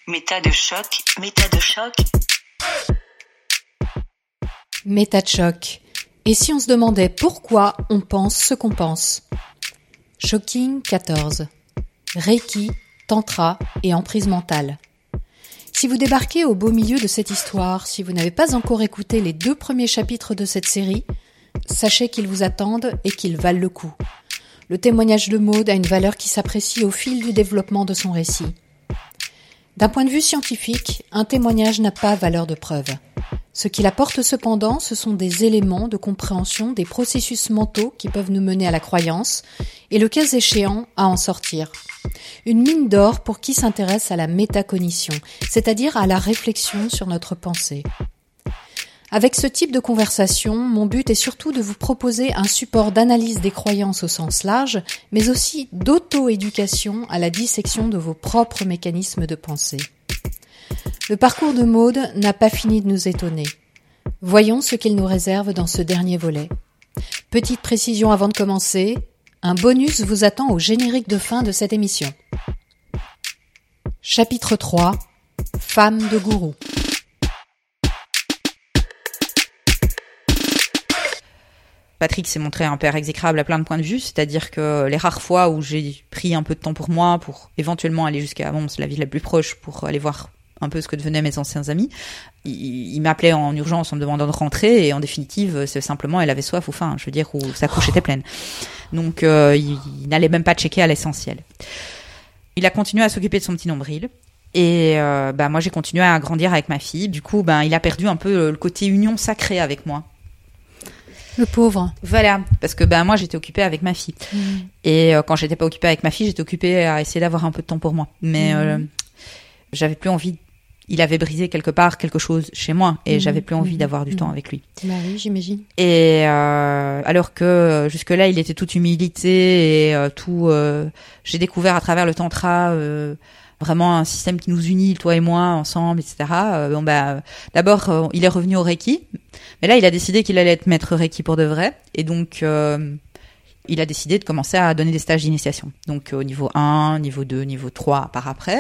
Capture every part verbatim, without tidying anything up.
Méta de choc, méta de choc. Méta de choc. Et si on se demandait pourquoi on pense ce qu'on pense? Shocking quatorze. Reiki, Tantra et emprise mentale. Si vous débarquez au beau milieu de cette histoire, si vous n'avez pas encore écouté les deux premiers chapitres de cette série, sachez qu'ils vous attendent et qu'ils valent le coup. Le témoignage de Maud a une valeur qui s'apprécie au fil du développement de son récit. D'un point de vue scientifique, un témoignage n'a pas valeur de preuve. Ce qu'il apporte cependant, ce sont des éléments de compréhension des processus mentaux qui peuvent nous mener à la croyance et, le cas échéant, à en sortir. Une mine d'or pour qui s'intéresse à la métacognition, c'est-à-dire à la réflexion sur notre pensée. Avec ce type de conversation, mon but est surtout de vous proposer un support d'analyse des croyances au sens large, mais aussi d'auto-éducation à la dissection de vos propres mécanismes de pensée. Le parcours de Maud n'a pas fini de nous étonner. Voyons ce qu'il nous réserve dans ce dernier volet. Petite précision avant de commencer, un bonus vous attend au générique de fin de cette émission. Chapitre trois. Femme de gourou. Patrick s'est montré un père exécrable à plein de points de vue, c'est-à-dire que les rares fois où j'ai pris un peu de temps pour moi, pour éventuellement aller jusqu'à Mons, la ville la plus proche, pour aller voir un peu ce que devenaient mes anciens amis, il, il m'appelait en urgence en me demandant de rentrer, et en définitive, c'est simplement, elle avait soif ou faim, je veux dire, ou sa couche était pleine. Donc, euh, il, il n'allait même pas checker à l'essentiel. Il a continué à s'occuper de son petit nombril. Et euh, bah, moi, j'ai continué à grandir avec ma fille. Du coup, bah, il a perdu un peu le côté union sacrée avec moi. Le pauvre. Voilà, parce que ben moi j'étais occupée avec ma fille. Mmh. Et euh, quand j'étais pas occupée avec ma fille, j'étais occupée à essayer d'avoir un peu de temps pour moi. Mais mmh. euh, j'avais plus envie. Il avait brisé quelque part quelque chose chez moi et mmh. j'avais plus envie mmh. d'avoir du mmh. temps avec lui. Bah oui, j'imagine. Et euh, alors que jusque-là, il était toute humilité et euh, tout. Euh, j'ai découvert à travers le tantra. Euh, vraiment un système qui nous unit, toi et moi, ensemble, et cetera. Euh, bon, bah, d'abord, euh, il est revenu au Reiki. Mais là, il a décidé qu'il allait être maître Reiki pour de vrai. Et donc, euh, il a décidé de commencer à donner des stages d'initiation. Donc, au niveau un, niveau deux, niveau trois, par après.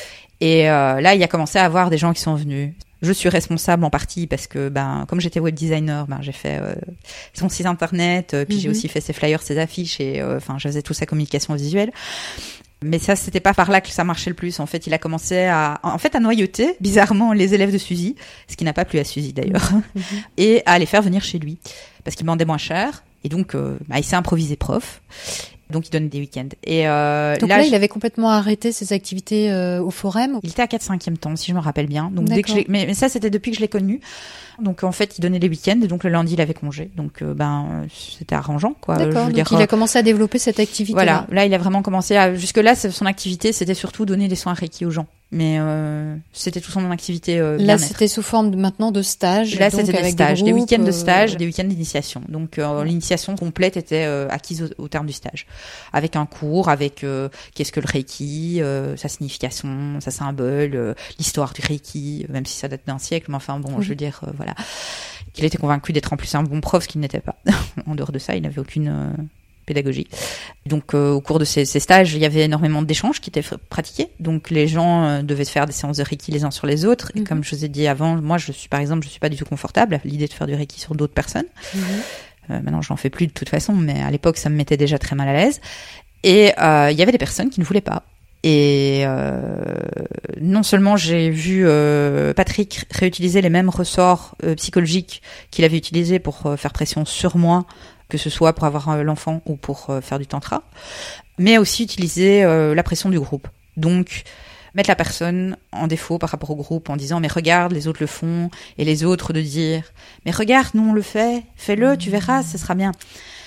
Et euh, là, il a commencé à avoir des gens qui sont venus. Je suis responsable en partie parce que, ben, comme j'étais web designer, ben, j'ai fait euh, son site internet, euh, puis mm-hmm. j'ai aussi fait ses flyers, ses affiches, et enfin, euh, je faisais toute sa communication visuelle. Mais ça, c'était pas par là que ça marchait le plus. En fait, il a commencé à, en fait, à noyauter, bizarrement, les élèves de Suzy, ce qui n'a pas plu à Suzy d'ailleurs, mmh. et à les faire venir chez lui. Parce qu'il demandait moins cher. Et donc, euh, bah, il s'est improvisé prof. Donc, il donnait des week-ends. Et euh, donc là, là il avait complètement arrêté ses activités euh, au forum. Il était à quatre cinquième temps, si je me rappelle bien. Donc, dès que je l'ai... mais, mais ça, c'était depuis que je l'ai connu. Donc, en fait, il donnait les week-ends. Et donc, le lundi, il avait congé. Donc, euh, ben, c'était arrangeant, quoi. D'accord. Je veux donc, dire, il a commencé à développer cette activité. Voilà. Là, il a vraiment commencé à... Jusque-là, son activité, c'était surtout donner des soins Reiki aux gens. Mais euh, c'était tout son activité euh, là, bien-être. C'était sous forme de, maintenant de stages. Là, donc c'était avec des stages, des, des groupes, week-ends de euh... stage, des week-ends d'initiation. Donc, euh, ouais. L'initiation complète était euh, acquise au, au terme du stage. Avec un cours, avec euh, qu'est-ce que le Reiki, euh, sa signification, sa symbole, euh, l'histoire du Reiki, même si ça date d'un siècle. Mais enfin, bon, mmh. je veux dire, euh, voilà. Qu'il était convaincu d'être en plus un bon prof, ce qu'il n'était pas. En dehors de ça, il n'avait aucune... Euh, pédagogie. Donc euh, au cours de ces, ces stages, il y avait énormément d'échanges qui étaient f- pratiqués. Donc les gens euh, devaient faire des séances de Reiki les uns sur les autres. Et mm-hmm. comme je vous ai dit avant, moi je suis par exemple, je suis pas du tout confortable à l'idée de faire du Reiki sur d'autres personnes. Mm-hmm. Euh, maintenant j'en fais plus de toute façon, mais à l'époque ça me mettait déjà très mal à l'aise. Et euh, il y avait des personnes qui ne voulaient pas. Et euh, non seulement j'ai vu euh, Patrick réutiliser les mêmes ressorts euh, psychologiques qu'il avait utilisés pour euh, faire pression sur moi, que ce soit pour avoir euh, l'enfant ou pour euh, faire du tantra, mais aussi utiliser euh, la pression du groupe. Donc, mettre la personne en défaut par rapport au groupe en disant « mais regarde, les autres le font », et les autres de dire « mais regarde, nous on le fait, fais-le, tu verras, ce sera bien ».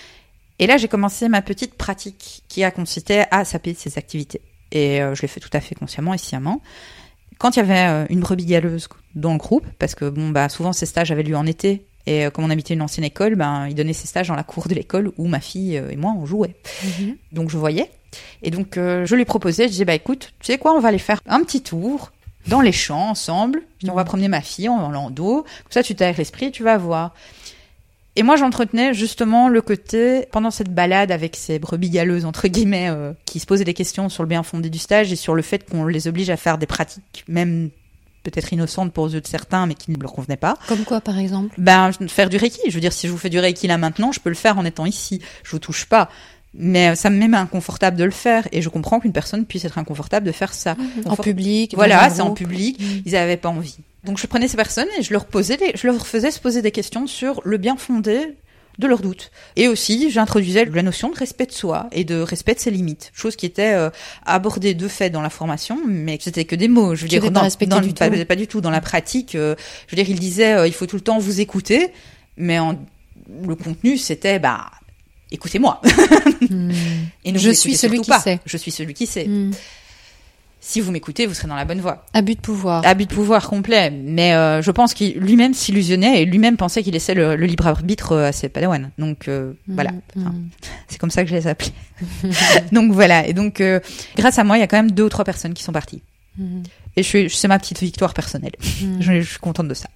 Et là, j'ai commencé ma petite pratique qui a consisté à saper de ces activités. Et euh, je l'ai fait tout à fait consciemment et sciemment. Quand il y avait euh, une brebis galeuse dans le groupe, parce que bon, bah, souvent ces stages avaient lieu en été, et euh, comme on habitait une ancienne école, ben, ils donnaient ces stages dans la cour de l'école où ma fille euh, et moi, on jouait. Mm-hmm. Donc je voyais. Et donc euh, je lui proposais, je disais, bah écoute, tu sais quoi, on va aller faire un petit tour dans les champs ensemble. Mm-hmm. On va promener ma fille en landau. Comme ça, tu t'aères l'esprit, tu vas voir. Et moi, j'entretenais justement le côté, pendant cette balade avec ces brebis galeuses, entre guillemets, euh, qui se posaient des questions sur le bien fondé du stage et sur le fait qu'on les oblige à faire des pratiques, même peut-être innocentes pour aux yeux de certains, mais qui ne leur convenaient pas. Comme quoi, par exemple? Ben, faire du Reiki. Je veux dire, si je vous fais du Reiki là maintenant, je peux le faire en étant ici. Je vous touche pas. Mais ça me met inconfortable de le faire. Et je comprends qu'une personne puisse être inconfortable de faire ça. Mmh. En public. Voilà, c'est en public. Mmh. Ils n'avaient pas envie. Donc je prenais ces personnes et je leur posais des, je leur faisais se poser des questions sur le bien fondé de leurs doutes. Et aussi, j'introduisais la notion de respect de soi et de respect de ses limites. Chose qui était euh, abordée de fait dans la formation, mais c'était que des mots. Je veux tu dire, pas, dans, dans, du pas, tout. pas du tout. Dans la pratique, euh, je veux dire, il disait, euh, il faut tout le temps vous écouter, mais en, le contenu, c'était, bah, écoutez-moi. Mmh. Et ne je suis celui qui pas. sait. Je suis celui qui sait. Mmh. Si vous m'écoutez, vous serez dans la bonne voie. Abus de pouvoir. Abus de pouvoir complet. Mais euh, je pense qu'il lui-même s'illusionnait et lui-même pensait qu'il laissait le, le libre arbitre à ses padawans. Donc euh, mmh, voilà. Enfin, mmh. C'est comme ça que je les appelais. Donc voilà. Et donc euh, grâce à moi, il y a quand même deux ou trois personnes qui sont parties. Mmh. Et je suis, c'est ma petite victoire personnelle. Mmh. Je, je suis contente de ça.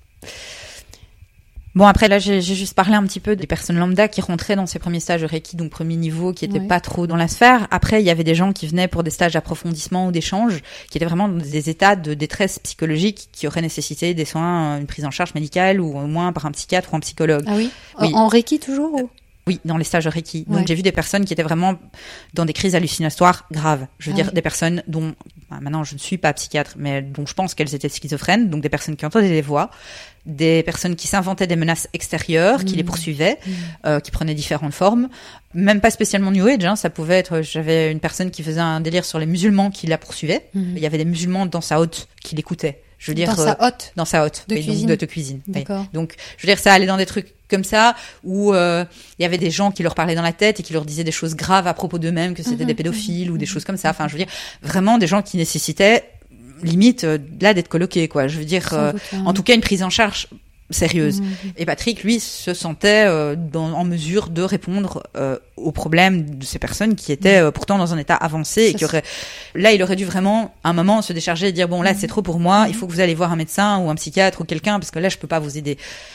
Bon, après, là, j'ai, j'ai juste parlé un petit peu des personnes lambda qui rentraient dans ces premiers stages de Reiki, donc premier niveau, qui étaient ouais. pas trop dans la sphère. Après, il y avait des gens qui venaient pour des stages d'approfondissement ou d'échange, qui étaient vraiment dans des états de détresse psychologique qui auraient nécessité des soins, une prise en charge médicale ou au moins par un psychiatre ou un psychologue. Ah oui? Oui. En Reiki toujours ou... Oui, dans les stages de Reiki. Ouais. Donc, j'ai vu des personnes qui étaient vraiment dans des crises hallucinatoires graves. Je veux ah dire, oui. des personnes dont, bah, maintenant, je ne suis pas psychiatre, mais dont je pense qu'elles étaient schizophrènes. Donc, des personnes qui entendaient des voix, des personnes qui s'inventaient des menaces extérieures, mmh. qui les poursuivaient, mmh. euh, qui prenaient différentes formes. Même pas spécialement New Age, hein. Ça pouvait être, j'avais une personne qui faisait un délire sur les musulmans qui la poursuivaient. Mmh. Il y avait des musulmans dans sa hotte qui l'écoutaient. Je veux dire, dans sa hotte. Dans sa hotte. De oui, cuisine. Donc, de, de cuisine. D'accord. Oui. Donc, je veux dire, ça allait dans des trucs comme ça, où euh, il y avait des gens qui leur parlaient dans la tête et qui leur disaient des choses graves à propos d'eux-mêmes, que c'était mmh, des pédophiles mmh, ou des choses comme ça. Enfin, je veux dire, vraiment des gens qui nécessitaient, limite, euh, là, d'être coloqués, quoi. Je veux dire, euh, doute, hein. En tout cas, une prise en charge sérieuse. Mmh. Et Patrick, lui, se sentait euh, dans, en mesure de répondre euh, aux problèmes de ces personnes qui étaient euh, pourtant dans un état avancé. Ça, et qui auraient... Là, il aurait dû vraiment, à un moment, se décharger et dire, bon, là, mmh. c'est trop pour moi, mmh. il faut que vous allez voir un médecin ou un psychiatre ou quelqu'un, parce que là, je peux pas vous aider.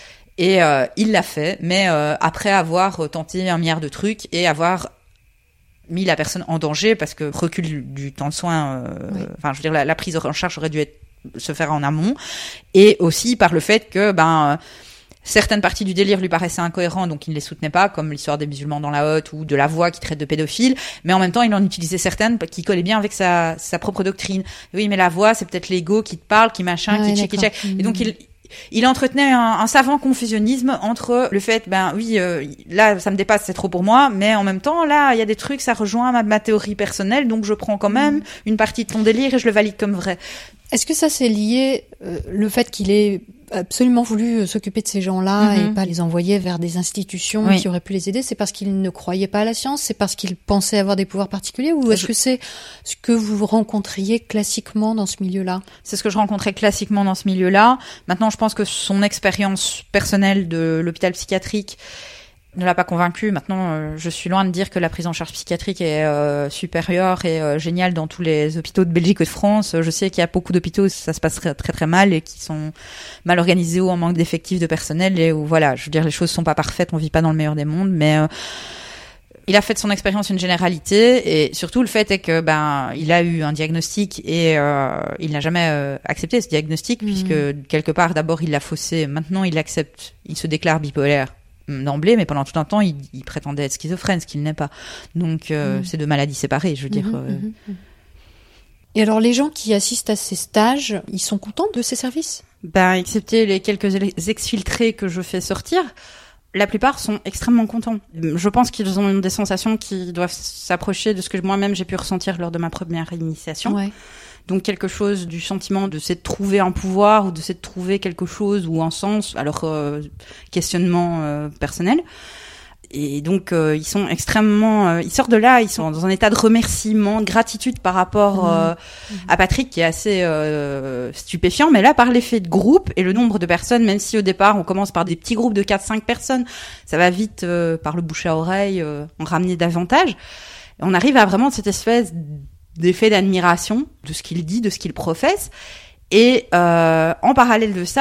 Et euh, il l'a fait, mais euh, après avoir tenté un milliard de trucs et avoir mis la personne en danger, parce que recul du, du temps de soin, euh, oui. enfin, je veux dire, la, la prise en charge aurait dû être, se faire en amont, et aussi par le fait que, ben, certaines parties du délire lui paraissaient incohérentes, donc il ne les soutenait pas, comme l'histoire des musulmans dans la hotte ou de la voix qui traite de pédophile, mais en même temps, il en utilisait certaines qui collaient bien avec sa, sa propre doctrine. Oui, mais la voix, c'est peut-être l'ego qui te parle, qui machin, ah, qui check, qui check. Mmh. Et donc, il, il entretenait un, un savant confusionnisme entre le fait, ben oui, euh, là, ça me dépasse, c'est trop pour moi, mais en même temps, là, il y a des trucs, ça rejoint ma, ma théorie personnelle, donc je prends quand même mmh. une partie de ton délire et je le valide comme vrai. Est-ce que ça, c'est lié, euh, le fait qu'il ait absolument voulu s'occuper de ces gens-là mm-hmm. et pas les envoyer vers des institutions oui. qui auraient pu les aider, c'est parce qu'il ne croyait pas à la science, c'est parce qu'il pensait avoir des pouvoirs particuliers, ou est-ce je... que c'est ce que vous rencontriez classiquement dans ce milieu-là? C'est ce que je rencontrais classiquement dans ce milieu-là. Maintenant, je pense que son expérience personnelle de l'hôpital psychiatrique ne l'a pas convaincu. Maintenant, euh, je suis loin de dire que la prise en charge psychiatrique est euh, supérieure et euh, géniale dans tous les hôpitaux de Belgique et de France. Je sais qu'il y a beaucoup d'hôpitaux où ça se passe très très, très mal et qui sont mal organisés ou en manque d'effectifs de personnel, et où voilà, je veux dire, les choses sont pas parfaites, on vit pas dans le meilleur des mondes, mais euh, il a fait de son expérience une généralité, et surtout le fait est que ben il a eu un diagnostic et euh, il n'a jamais euh, accepté ce diagnostic mmh. puisque quelque part d'abord il l'a faussé, maintenant il l'accepte, il se déclare bipolaire d'emblée, mais pendant tout un temps, il, il prétendait être schizophrène, ce qu'il n'est pas. Donc, euh, mmh. c'est deux maladies séparées, je veux mmh, dire. Euh... Mmh. Et alors, les gens qui assistent à ces stages, ils sont contents de ces services? Ben, excepté les quelques exfiltrés que je fais sortir, la plupart sont extrêmement contents. Je pense qu'ils ont des sensations qui doivent s'approcher de ce que moi-même j'ai pu ressentir lors de ma première initiation. Ouais. Donc quelque chose du sentiment de s'être trouvé un pouvoir ou de s'être trouvé quelque chose ou un sens à leur euh, questionnement euh, personnel. Et donc euh, ils sont extrêmement, euh, ils sortent de là, ils sont dans un état de remerciement, de gratitude par rapport euh, mmh. à Patrick, qui est assez euh, stupéfiant. Mais là, par l'effet de groupe et le nombre de personnes, même si au départ on commence par des petits groupes de quatre cinq personnes, ça va vite euh, par le bouche à oreille, euh, en ramener davantage. Et on arrive à vraiment cette espèce d'effet d'admiration de ce qu'il dit, de ce qu'il professe. Et euh, en parallèle de ça,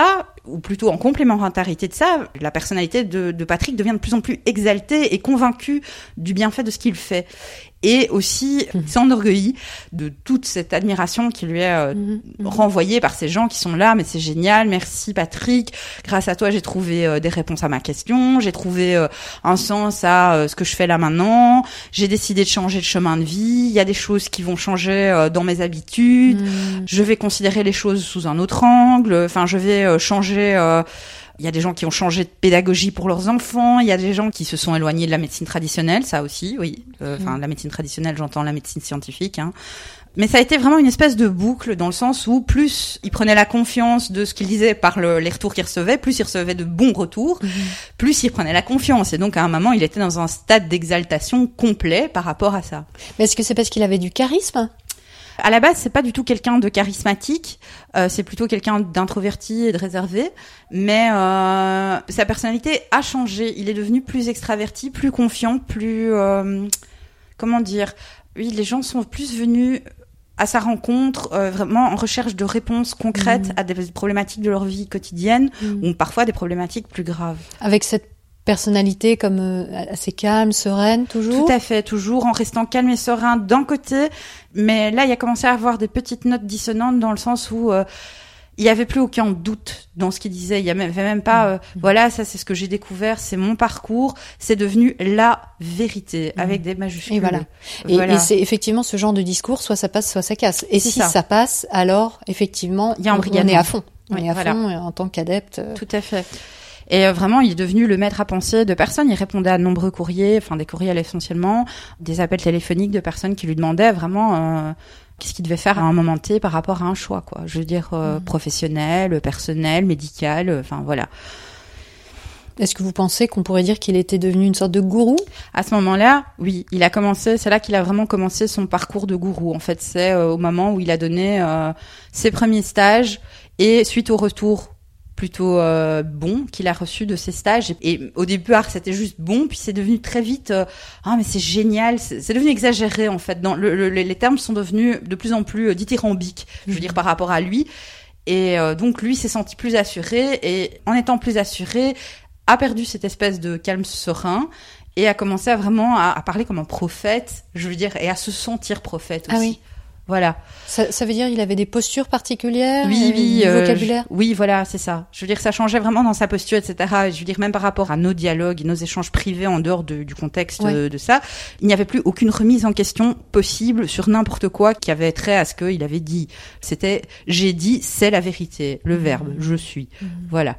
ou plutôt en complémentarité de ça, la personnalité de, de Patrick devient de plus en plus exaltée et convaincue du bienfait de ce qu'il fait. Et aussi mmh. s'enorgueillit de toute cette admiration qui lui est euh, mmh. renvoyée par ces gens qui sont là. Mais c'est génial, merci Patrick. Grâce à toi, j'ai trouvé euh, des réponses à ma question. J'ai trouvé euh, un sens à euh, ce que je fais là maintenant. J'ai décidé de changer de chemin de vie. Il y a des choses qui vont changer euh, dans mes habitudes. Mmh. Je vais considérer les choses sous un autre angle. Enfin, je vais euh, changer... Euh, Il y a des gens qui ont changé de pédagogie pour leurs enfants. Il y a des gens qui se sont éloignés de la médecine traditionnelle, ça aussi, oui. Enfin, euh, mmh. la médecine traditionnelle, j'entends la médecine scientifique. Hein. Mais ça a été vraiment une espèce de boucle dans le sens où plus il prenait la confiance de ce qu'il disait par le, les retours qu'il recevait, plus il recevait de bons retours, mmh. plus il prenait la confiance. Et donc, à un moment, il était dans un stade d'exaltation complet par rapport à ça. Mais est-ce que c'est parce qu'il avait du charisme ? À la base, c'est pas du tout quelqu'un de charismatique, euh, c'est plutôt quelqu'un d'introverti et de réservé, mais euh, sa personnalité a changé. Il est devenu plus extraverti, plus confiant, plus... Euh, comment dire ? Oui, les gens sont plus venus à sa rencontre, euh, vraiment en recherche de réponses concrètes mmh. à des problématiques de leur vie quotidienne, mmh. ou parfois des problématiques plus graves. Avec cette personnalité comme euh, assez calme, sereine, toujours. Tout à fait, toujours en restant calme et serein d'un côté, mais là il a commencé à avoir des petites notes dissonantes dans le sens où euh, il y avait plus aucun doute dans ce qu'il disait. Il y avait même pas, euh, mmh. voilà, ça c'est ce que j'ai découvert, c'est mon parcours, c'est devenu la vérité mmh. avec des majuscules. Et voilà. Et, voilà. et c'est effectivement ce genre de discours, soit ça passe, soit ça casse. Et c'est si ça. ça passe, alors effectivement, il y a un on est à fond. On oui, est à voilà. fond en tant qu'adepte. Tout à fait. Et euh, vraiment, il est devenu le maître à penser de personnes. Il répondait à de nombreux courriers, enfin des courriels essentiellement, des appels téléphoniques de personnes qui lui demandaient vraiment euh, qu'est-ce qu'il devait faire à un moment T par rapport à un choix, quoi. Je veux dire euh, mmh. professionnel, personnel, médical, enfin voilà. Est-ce que vous pensez qu'on pourrait dire qu'il était devenu une sorte de gourou ? À ce moment-là, oui, il a commencé. C'est là qu'il a vraiment commencé son parcours de gourou. En fait, c'est euh, au moment où il a donné euh, ses premiers stages et suite au retour plutôt euh, bon qu'il a reçu de ses stages et, et au départ c'était juste bon puis c'est devenu très vite euh, ah mais c'est génial, c'est, c'est devenu exagéré en fait dans le, le, les termes sont devenus de plus en plus euh, dithyrambiques je veux dire par rapport à lui et euh, donc lui s'est senti plus assuré et en étant plus assuré a perdu cette espèce de calme serein et a commencé à vraiment à, à parler comme un prophète je veux dire et à se sentir prophète aussi. Ah oui. Voilà. Ça, ça veut dire il avait des postures particulières, oui, oui, du euh, vocabulaire. Je, oui, voilà, c'est ça. Je veux dire, ça changeait vraiment dans sa posture, et cetera. Je veux dire, même par rapport à nos dialogues, nos échanges privés en dehors de, du contexte ouais. de, de ça, il n'y avait plus aucune remise en question possible sur n'importe quoi qui avait trait à ce qu'il avait dit. C'était, j'ai dit, c'est la vérité, le mmh. verbe, je suis. Mmh. Voilà.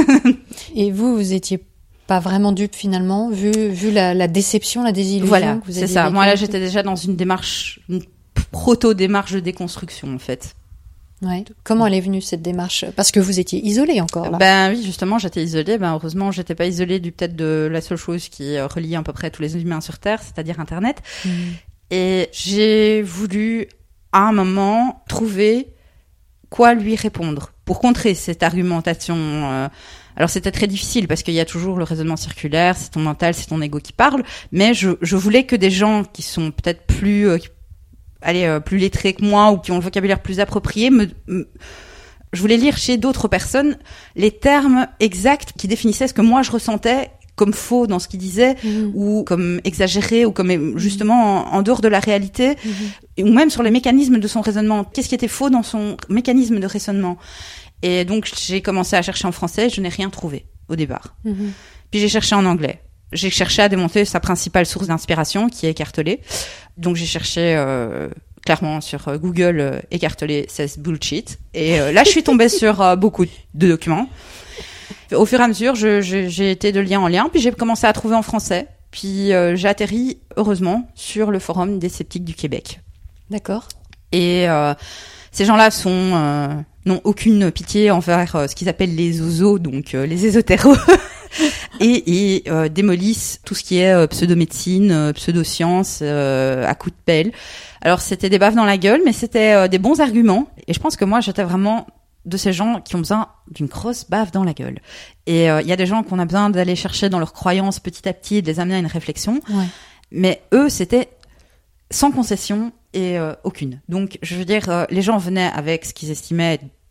Et vous, vous étiez pas vraiment dupe finalement, vu vu la, la déception, la désillusion voilà, que vous c'est aviez ça. vécu. Moi là, j'étais déjà dans une démarche, une proto-démarche de déconstruction en fait. Ouais. Comment elle est venue cette démarche ? Parce que vous étiez isolée encore là. Ben oui, justement, j'étais isolée. Ben heureusement, j'étais pas isolée du peut-être de la seule chose qui relie à peu près tous les humains sur Terre, c'est-à-dire Internet. Mmh. Et j'ai voulu à un moment trouver quoi lui répondre pour contrer cette argumentation. Euh, Alors c'était très difficile parce qu'il y a toujours le raisonnement circulaire, c'est ton mental, c'est ton ego qui parle. Mais je, je voulais que des gens qui sont peut-être plus euh, allez, euh, plus lettrés que moi ou qui ont le vocabulaire plus approprié, me, me, je voulais lire chez d'autres personnes les termes exacts qui définissaient ce que moi je ressentais comme faux dans ce qu'il disait, mmh. ou comme exagéré, ou comme justement en, en dehors de la réalité, mmh. ou même sur les mécanismes de son raisonnement. Qu'est-ce qui était faux dans son mécanisme de raisonnement ? Et donc j'ai commencé à chercher en français, je n'ai rien trouvé au départ. Mmh. Puis j'ai cherché en anglais. J'ai cherché à démonter sa principale source d'inspiration, qui est écartelée. Donc j'ai cherché euh, clairement sur euh, Google euh, écartelé says bullshit. Et euh, là je suis tombée sur euh, beaucoup de documents. Au fur et à mesure, je, je, j'ai été de lien en lien, puis j'ai commencé à trouver en français. Puis euh, j'ai atterri, heureusement, sur le forum des sceptiques du Québec. D'accord. Et euh, ces gens-là sont euh, n'ont aucune pitié envers euh, ce qu'ils appellent les zozos, donc euh, les ésotéros, et, et euh, démolissent tout ce qui est euh, pseudo-médecine, euh, pseudo-science, euh, à coups de pelle. Alors c'était des baffes dans la gueule, mais c'était euh, des bons arguments. Et je pense que moi, j'étais vraiment de ces gens qui ont besoin d'une grosse baffe dans la gueule. Et il euh, y a des gens qu'on a besoin d'aller chercher dans leurs croyances petit à petit, de les amener à une réflexion. Ouais. Mais eux, c'était sans concession et euh, aucune. Donc, je veux dire, euh, les gens venaient avec ce qu'ils estimaient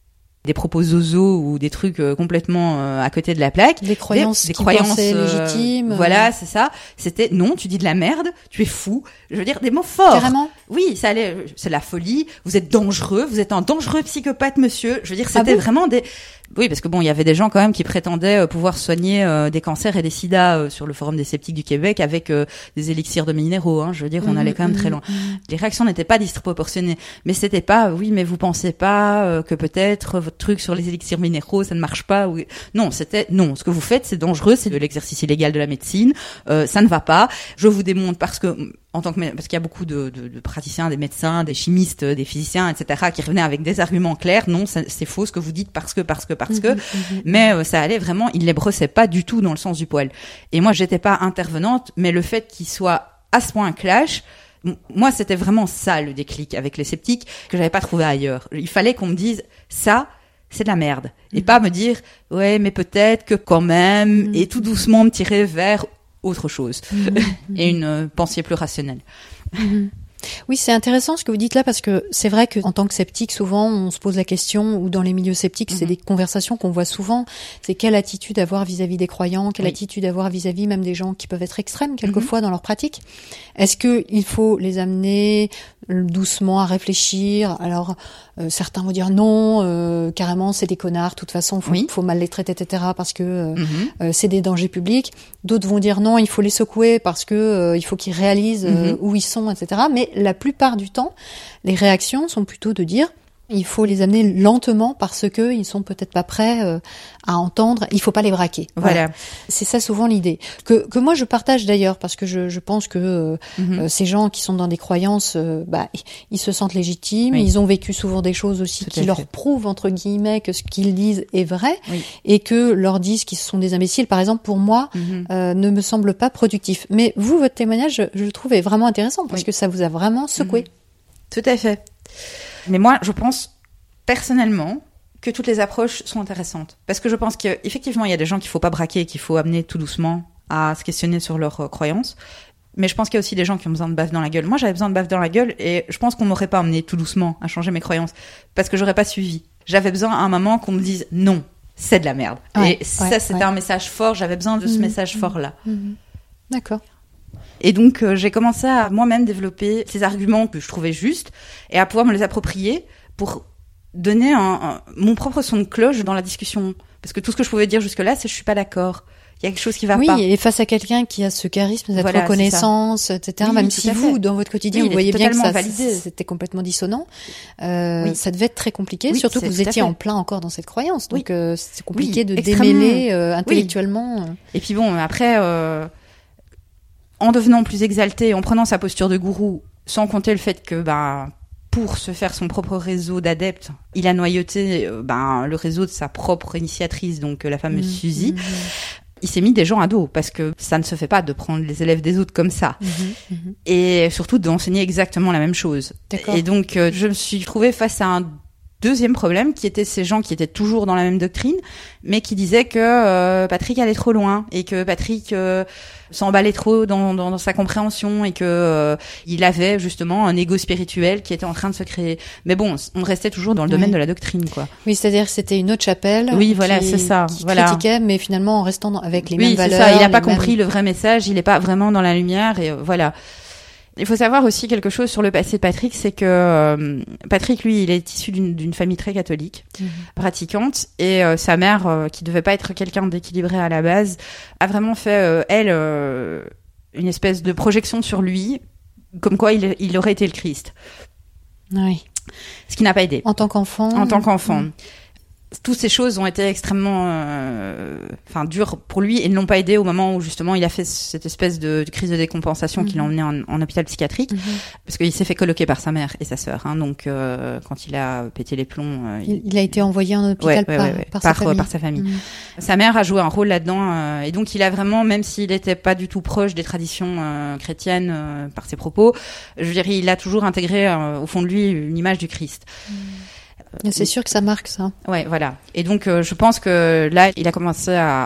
des propos zozo ou des trucs euh, complètement euh, à côté de la plaque. Des croyances des, des qui croyances pensaient euh, légitimes. Voilà, c'est ça. C'était non, tu dis de la merde, tu es fou. Je veux dire des mots forts. Carrément. Oui, ça allait, c'est la folie. Vous êtes dangereux, vous êtes un dangereux psychopathe, monsieur. Je veux dire, c'était ah bon vraiment des. Oui, parce que bon, il y avait des gens quand même qui prétendaient euh, pouvoir soigner euh, des cancers et des sida euh, sur le Forum des sceptiques du Québec avec euh, des élixirs de minéraux. Hein. Je veux dire, on mmh, allait quand même mmh, très loin. Mmh. Les réactions n'étaient pas disproportionnées, mais c'était pas, oui, mais vous pensez pas euh, que peut-être votre truc sur les élixirs minéraux, ça ne marche pas ou... Non, c'était non. Ce que vous faites, c'est dangereux, c'est de l'exercice illégal de la médecine. Euh, ça ne va pas. Je vous démontre parce que en tant que parce qu'il y a beaucoup de, de, de praticiens, des médecins, des chimistes, des physiciens, et cetera, qui revenaient avec des arguments clairs. Non, c'est, c'est faux ce que vous dites parce que parce que parce que. Mmh, mmh, Mais euh, ça allait vraiment, il les brossait pas du tout dans le sens du poil. Et moi, j'étais pas intervenante, mais le fait qu'il soit à ce point clash, m- moi, c'était vraiment ça le déclic avec les sceptiques que j'avais pas trouvé ailleurs. Il fallait qu'on me dise ça. C'est de la merde. Et mmh. pas me dire, ouais, mais peut-être que quand même, mmh. et tout doucement me tirer vers autre chose. Mmh. Et une euh, pensée plus rationnelle. Mmh. Oui, c'est intéressant ce que vous dites là parce que c'est vrai que en tant que sceptique, souvent on se pose la question, ou dans les milieux sceptiques, mmh. c'est des conversations qu'on voit souvent, c'est quelle attitude avoir vis-à-vis des croyants, quelle oui. attitude avoir vis-à-vis même des gens qui peuvent être extrêmes quelquefois mmh. dans leur pratique. Est-ce que il faut les amener doucement à réfléchir? Alors euh, certains vont dire non, euh, carrément c'est des connards, de toute façon faut, oui. faut mal les traiter, et cetera parce que euh, mmh. euh, c'est des dangers publics. D'autres vont dire non, il faut les secouer parce que euh, il faut qu'ils réalisent euh, mmh. où ils sont, et cetera. Mais la plupart du temps, les réactions sont plutôt de dire il faut les amener lentement parce que ils sont peut-être pas prêts euh, à entendre. Il faut pas les braquer. Voilà. voilà. C'est ça souvent l'idée que que moi je partage d'ailleurs parce que je je pense que euh, mm-hmm. euh, ces gens qui sont dans des croyances, euh, bah ils se sentent légitimes. Oui. Ils ont vécu souvent des choses aussi Tout qui leur prouvent entre guillemets que ce qu'ils disent est vrai oui. et que leur disent qu'ils sont des imbéciles. Par exemple, pour moi, mm-hmm. euh, ne me semble pas productif. Mais vous, votre témoignage, je, je le trouve est vraiment intéressant parce oui. que ça vous a vraiment secoué. Mm-hmm. Tout à fait. Mais moi, je pense personnellement que toutes les approches sont intéressantes. Parce que je pense qu'effectivement, il y a des gens qu'il ne faut pas braquer, qu'il faut amener tout doucement à se questionner sur leurs euh, croyances. Mais je pense qu'il y a aussi des gens qui ont besoin de baffe dans la gueule. Moi, j'avais besoin de baffe dans la gueule et je pense qu'on ne m'aurait pas amené tout doucement à changer mes croyances parce que j'aurais pas suivi. J'avais besoin à un moment qu'on me dise non, c'est de la merde. Ouais, et ça, ouais, c'était ouais. un message fort. J'avais besoin de ce mmh, message mmh, fort-là. Mmh. D'accord. Et donc, euh, j'ai commencé à moi-même développer ces arguments que je trouvais justes et à pouvoir me les approprier pour donner un, un, mon propre son de cloche dans la discussion. Parce que tout ce que je pouvais dire jusque-là, c'est je suis pas d'accord. Il y a quelque chose qui va oui, pas. Oui, et face à quelqu'un qui a ce charisme, cette voilà, reconnaissance, et cetera, oui, même si vous, dans votre quotidien, oui, vous voyez bien que ça, validé. c'était complètement dissonant, euh, oui. ça devait être très compliqué, oui, surtout que vous étiez en plein encore dans cette croyance. Donc, oui. euh, c'est compliqué oui, de extrêmement. démêler euh, intellectuellement. Oui. Et puis bon, après... Euh... en devenant plus exalté, en prenant sa posture de gourou, sans compter le fait que, bah, pour se faire son propre réseau d'adeptes, il a noyauté, euh, bah, le réseau de sa propre initiatrice, donc euh, la fameuse mmh, Suzy. Mmh. Il s'est mis des gens à dos, parce que ça ne se fait pas de prendre les élèves des autres comme ça. Mmh, mmh. Et surtout d'enseigner exactement la même chose. D'accord. Et donc, euh, je me suis trouvée face à un deuxième problème, qui était ces gens qui étaient toujours dans la même doctrine, mais qui disaient que euh, Patrick allait trop loin et que Patrick euh, s'emballait trop dans, dans, dans sa compréhension et que euh, il avait justement un ego spirituel qui était en train de se créer. Mais bon, on restait toujours dans le domaine oui. de la doctrine, quoi. Oui, c'est-à-dire que c'était une autre chapelle. Oui, voilà, qui, c'est ça. Qui voilà. critiquait, mais finalement en restant dans, avec les oui, mêmes valeurs. Oui, c'est ça. Il n'a pas mêmes... compris le vrai message. Il n'est pas vraiment dans la lumière et euh, voilà. Il faut savoir aussi quelque chose sur le passé de Patrick, c'est que euh, Patrick, lui, il est issu d'une, d'une famille très catholique, mmh. pratiquante, et euh, sa mère, euh, qui devait pas être quelqu'un d'équilibré à la base, a vraiment fait, euh, elle, euh, une espèce de projection sur lui, comme quoi il, il aurait été le Christ. Oui. Ce qui n'a pas aidé. En tant qu'enfant. En tant qu'enfant. Mmh. Toutes ces choses ont été extrêmement euh, enfin dures pour lui et ne l'ont pas aidé au moment où justement il a fait cette espèce de, de crise de décompensation mmh. qui l'a emmené en, en hôpital psychiatrique mmh. parce qu'il s'est fait colloquer par sa mère et sa sœur hein, donc euh, quand il a pété les plombs euh, il, il a été envoyé en hôpital ouais, par, ouais, ouais, par, par, sa famille. par sa famille mmh. Sa mère a joué un rôle là-dedans euh, et donc il a vraiment, même s'il n'était pas du tout proche des traditions euh, chrétiennes euh, par ses propos, je veux dire il a toujours intégré euh, au fond de lui une image du Christ. mmh. C'est sûr que ça marque ça. Ouais, voilà. Et donc, euh, je pense que là, il a commencé à,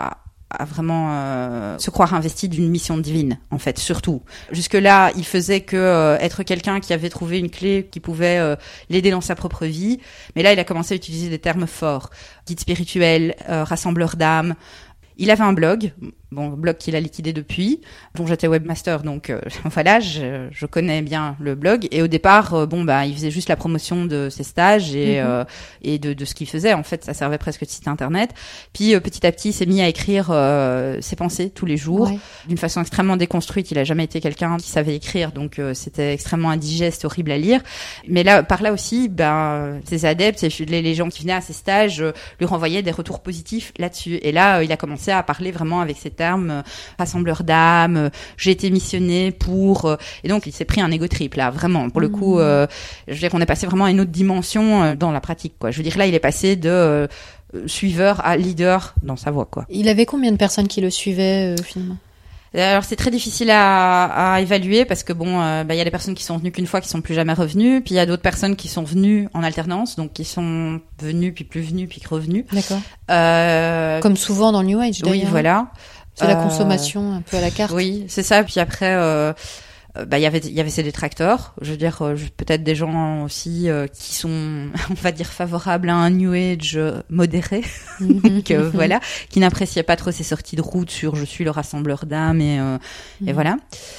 à vraiment euh, se croire investi d'une mission divine, en fait, surtout. Jusque-là, il faisait que euh, être quelqu'un qui avait trouvé une clé qui pouvait euh, l'aider dans sa propre vie. Mais là, il a commencé à utiliser des termes forts. Guide spirituel, euh, rassembleur d'âmes. Il avait un blog, bon, blog qu'il a liquidé depuis, dont j'étais webmaster, donc euh, voilà, je, je connais bien le blog. Et au départ, euh, bon, bah, il faisait juste la promotion de ses stages et, mm-hmm. euh, et de, de ce qu'il faisait. En fait, ça servait presque de site internet. Puis euh, petit à petit, il s'est mis à écrire euh, ses pensées tous les jours, ouais. d'une façon extrêmement déconstruite. Il a jamais été quelqu'un qui savait écrire, donc euh, c'était extrêmement indigeste, horrible à lire. Mais là, par là aussi, ben, ses adeptes, les, les gens qui venaient à ses stages, euh, lui renvoyaient des retours positifs là-dessus. Et là, euh, il a commencé à parler vraiment avec ces termes euh, rassembleur d'âmes, euh, j'ai été missionné pour euh, et donc il s'est pris un égo trip là, vraiment pour le mmh. coup euh, je veux dire qu'on est passé vraiment à une autre dimension euh, dans la pratique, quoi. Je veux dire là il est passé de euh, suiveur à leader dans sa voie, quoi. Il avait combien de personnes qui le suivaient euh, finalement? Alors c'est très difficile à, à évaluer parce que bon, euh, bah il y a des personnes qui sont venues qu'une fois, qui sont plus jamais revenues, puis il y a d'autres personnes qui sont venues en alternance, donc qui sont venues puis plus venues puis revenues. D'accord. Euh... Comme souvent dans le New Age, d'ailleurs. Oui, voilà. C'est euh... la consommation un peu à la carte. Oui, c'est ça. Puis après. Euh... Bah il y avait il y avait ces détracteurs, je veux dire euh, peut-être des gens aussi euh, qui sont on va dire favorables à un New Age euh, modéré, donc euh, voilà, qui n'appréciaient pas trop ces sorties de route sur je suis le rassembleur d'âmes et euh, mm-hmm. et voilà.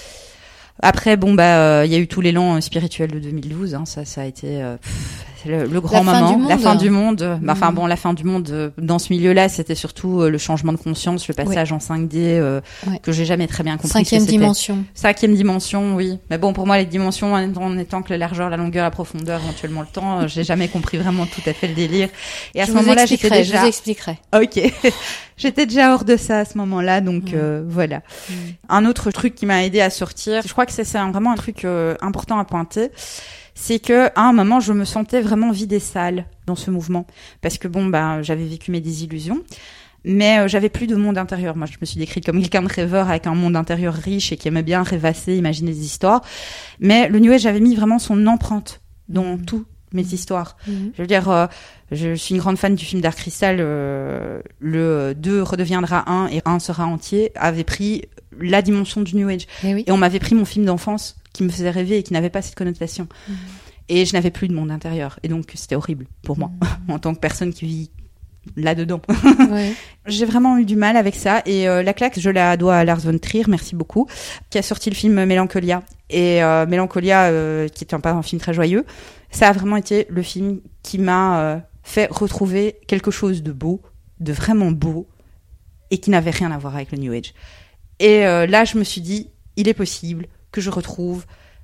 Après bon bah il euh, y a eu tout l'élan spirituel de deux mille douze, hein, ça ça a été euh, pff, le, le grand la moment, fin la fin du monde. Mmh. Bah, enfin bon, la fin du monde euh, dans ce milieu-là, c'était surtout euh, le changement de conscience, le passage ouais. en cinq D euh, ouais. que j'ai jamais très bien compris. Cinquième ce que dimension. Cinquième dimension, oui. Mais bon, pour moi, les dimensions en étant que la largeur, la longueur, la profondeur, éventuellement le temps, euh, j'ai jamais compris vraiment tout à fait le délire. Et à je ce moment-là, j'étais déjà. Je vous expliquerai. Ok. J'étais déjà hors de ça à ce moment-là, donc mmh. euh, voilà. Mmh. Un autre truc qui m'a aidé à sortir, je crois que c'est, c'est un, vraiment un truc euh, important à pointer, c'est que à un moment, je me sentais vraiment vide et sale dans ce mouvement, parce que bon, bah, j'avais vécu mes désillusions, mais euh, j'avais plus de monde intérieur. Moi, je me suis décrite comme quelqu'un de rêveur avec un monde intérieur riche et qui aimait bien rêvasser, imaginer des histoires. Mais le New Age avait mis vraiment son empreinte dans mmh. tout. mes histoires. Mmh. Je veux dire, euh, je suis une grande fan du film Dark Crystal, euh, le deux redeviendra un et un sera entier, avait pris la dimension du New Age. Et, oui. et on m'avait pris mon film d'enfance qui me faisait rêver et qui n'avait pas cette connotation. Mmh. Et je n'avais plus de monde intérieur. Et donc, c'était horrible pour moi, mmh. en tant que personne qui vit là-dedans. Ouais. J'ai vraiment eu du mal avec ça. Et euh, la claque, je la dois à Lars von Trier, merci beaucoup, qui a sorti le film Mélancolia. Et euh, Mélancolia, euh, qui est un, pas un film très joyeux, ça a vraiment été le film qui m'a euh, fait retrouver quelque chose de beau, de vraiment beau, et qui n'avait rien à voir avec le New Age. Et euh, là, je me suis dit, il est possible que je retrouve